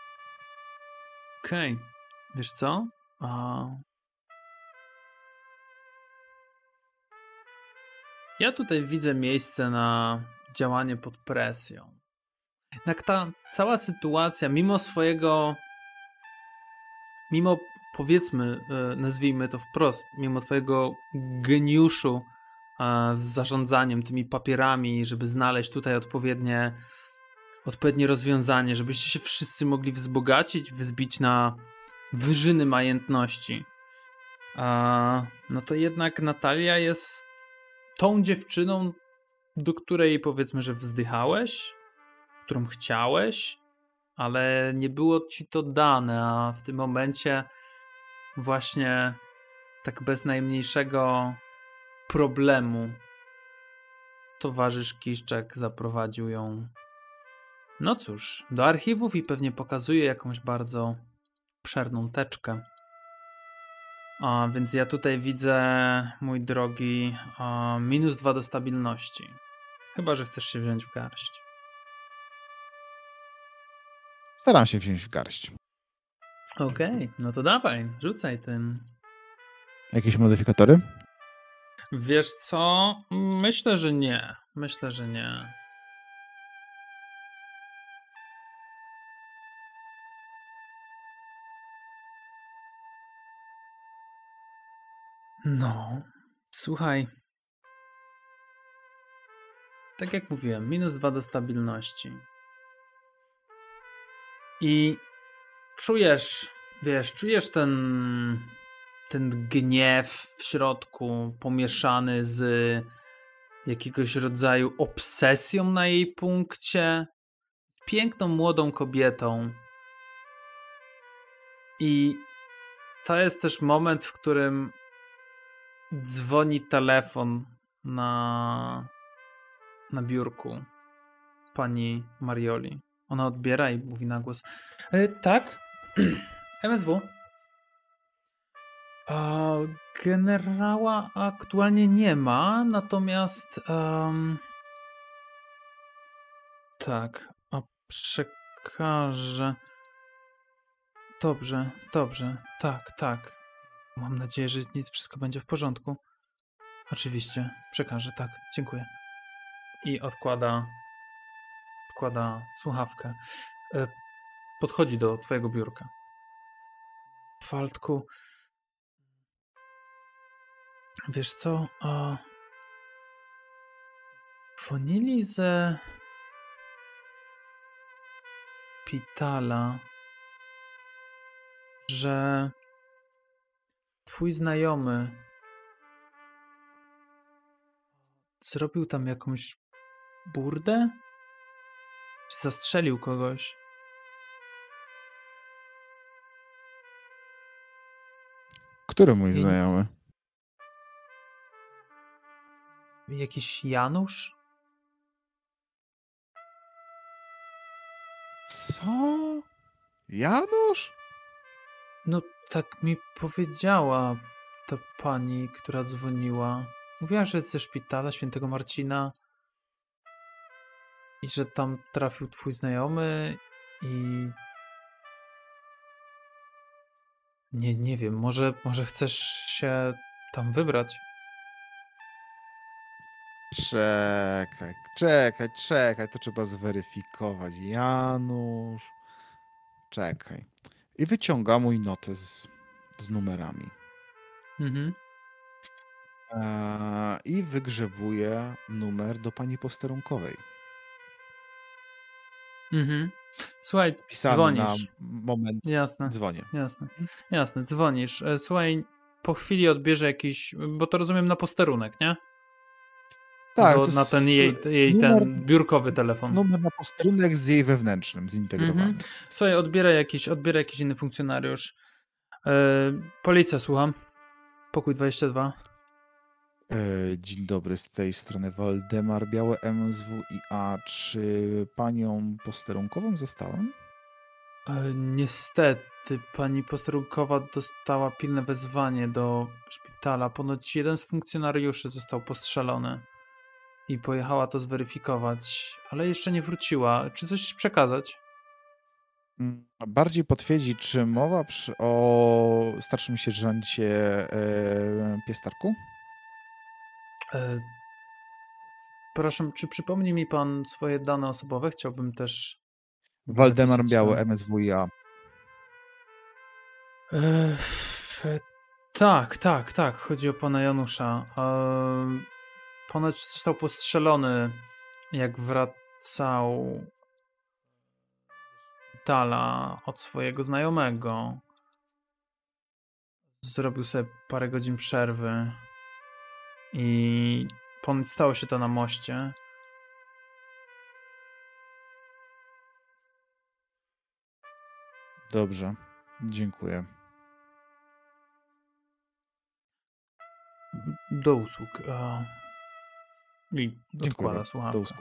Okej, wiesz co? A... Ja tutaj widzę miejsce na działanie pod presją. Jednak ta cała sytuacja, mimo swojego, mimo powiedzmy, e, nazwijmy to wprost, mimo twojego geniuszu e, z zarządzaniem tymi papierami, żeby znaleźć tutaj odpowiednie, odpowiednie rozwiązanie, żebyście się wszyscy mogli wzbogacić, wzbić na wyżyny majętności, a, no to jednak Natalia jest tą dziewczyną, do której powiedzmy, że wzdychałeś, którą chciałeś, ale nie było ci to dane, a w tym momencie właśnie tak bez najmniejszego problemu towarzysz Kiszczak zaprowadził ją, no cóż, do archiwów i pewnie pokazuje jakąś bardzo obszerną teczkę. A więc ja tutaj widzę, mój drogi, a, minus dwa do stabilności. Chyba że chcesz się wziąć w garść. Staram się wziąć w garść. Okej, no to dawaj, rzucaj tym. Jakieś modyfikatory? Wiesz co? Myślę, że nie. Myślę, że nie. No, słuchaj. Tak jak mówiłem, minus dwa do stabilności. I czujesz, wiesz, czujesz ten, ten gniew w środku pomieszany z jakiegoś rodzaju obsesją na jej punkcie. Piękną, młodą kobietą. I to jest też moment, w którym dzwoni telefon na, na biurku pani Marioli. Ona odbiera i mówi na głos: e, tak, M S W. A, generała aktualnie nie ma, natomiast um, tak, a przekażę. Dobrze, dobrze, tak, tak. Mam nadzieję, że nic, wszystko będzie w porządku. Oczywiście, przekażę, tak, dziękuję. I odkłada, odkłada słuchawkę. E, podchodzi do twojego biurka. Waldku, wiesz co, a... dzwonili ze szpitala, że twój znajomy zrobił tam jakąś burdę? Czy zastrzelił kogoś? Który mój I- znajomy? Jakiś Janusz? Co? Janusz? No tak mi powiedziała ta pani, która dzwoniła. Mówiła, że jest ze szpitala świętego Marcina i że tam trafił twój znajomy i Nie, nie wiem, może, może chcesz się tam wybrać? Czekaj, czekaj, czekaj, to trzeba zweryfikować. Janusz. Czekaj. I wyciąga mój notes z numerami. Mhm. Eee, I wygrzebuje numer do pani posterunkowej. Mhm. Słuchaj, Pisany na dzwonisz. moment. Jasne, Dzwonię. jasne, jasne, dzwonisz. E, Słuchaj, po chwili odbierze jakiś, bo to rozumiem na posterunek, nie? Tak, Do, to na ten jest jej, jej numer, ten biurkowy telefon. numer na posterunek z jej wewnętrznym, zintegrowany. Mhm. Słuchaj, odbiera jakiś, odbiera jakiś inny funkcjonariusz. E, policja, słucham. Pokój dwadzieścia dwa. E, Dzień dobry, z tej strony Waldemar Białe, M S W I A. Czy panią posterunkową zostałem? E, niestety, pani posterunkowa dostała pilne wezwanie do szpitala. Ponoć jeden z funkcjonariuszy został postrzelony i pojechała to zweryfikować, ale jeszcze nie wróciła. Czy coś przekazać? Mm, Bardziej potwierdzi, czy mowa przy, o starszym sierżancie e, Piestarku? E, proszę, czy przypomni mi pan swoje dane osobowe? Chciałbym też Waldemar zapisać Biały, to. M S W I A. E, e, tak, tak, tak. Chodzi o pana Janusza. E, ponoć został postrzelony, jak wracał z szpitala od swojego znajomego. Zrobił sobie parę godzin przerwy i ponoć stało się to na moście. Dobrze, dziękuję. Do usług. E, I Dziękuję odkłada bardzo. Do słuchawkę. usług.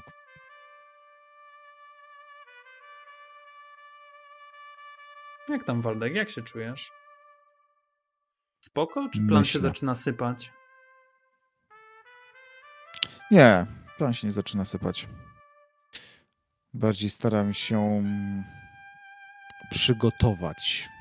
Jak tam, Waldek? Jak się czujesz? Spoko? Czy plan się Myślę. zaczyna sypać? Nie, plan się nie zaczyna sypać. Bardziej staram się przygotować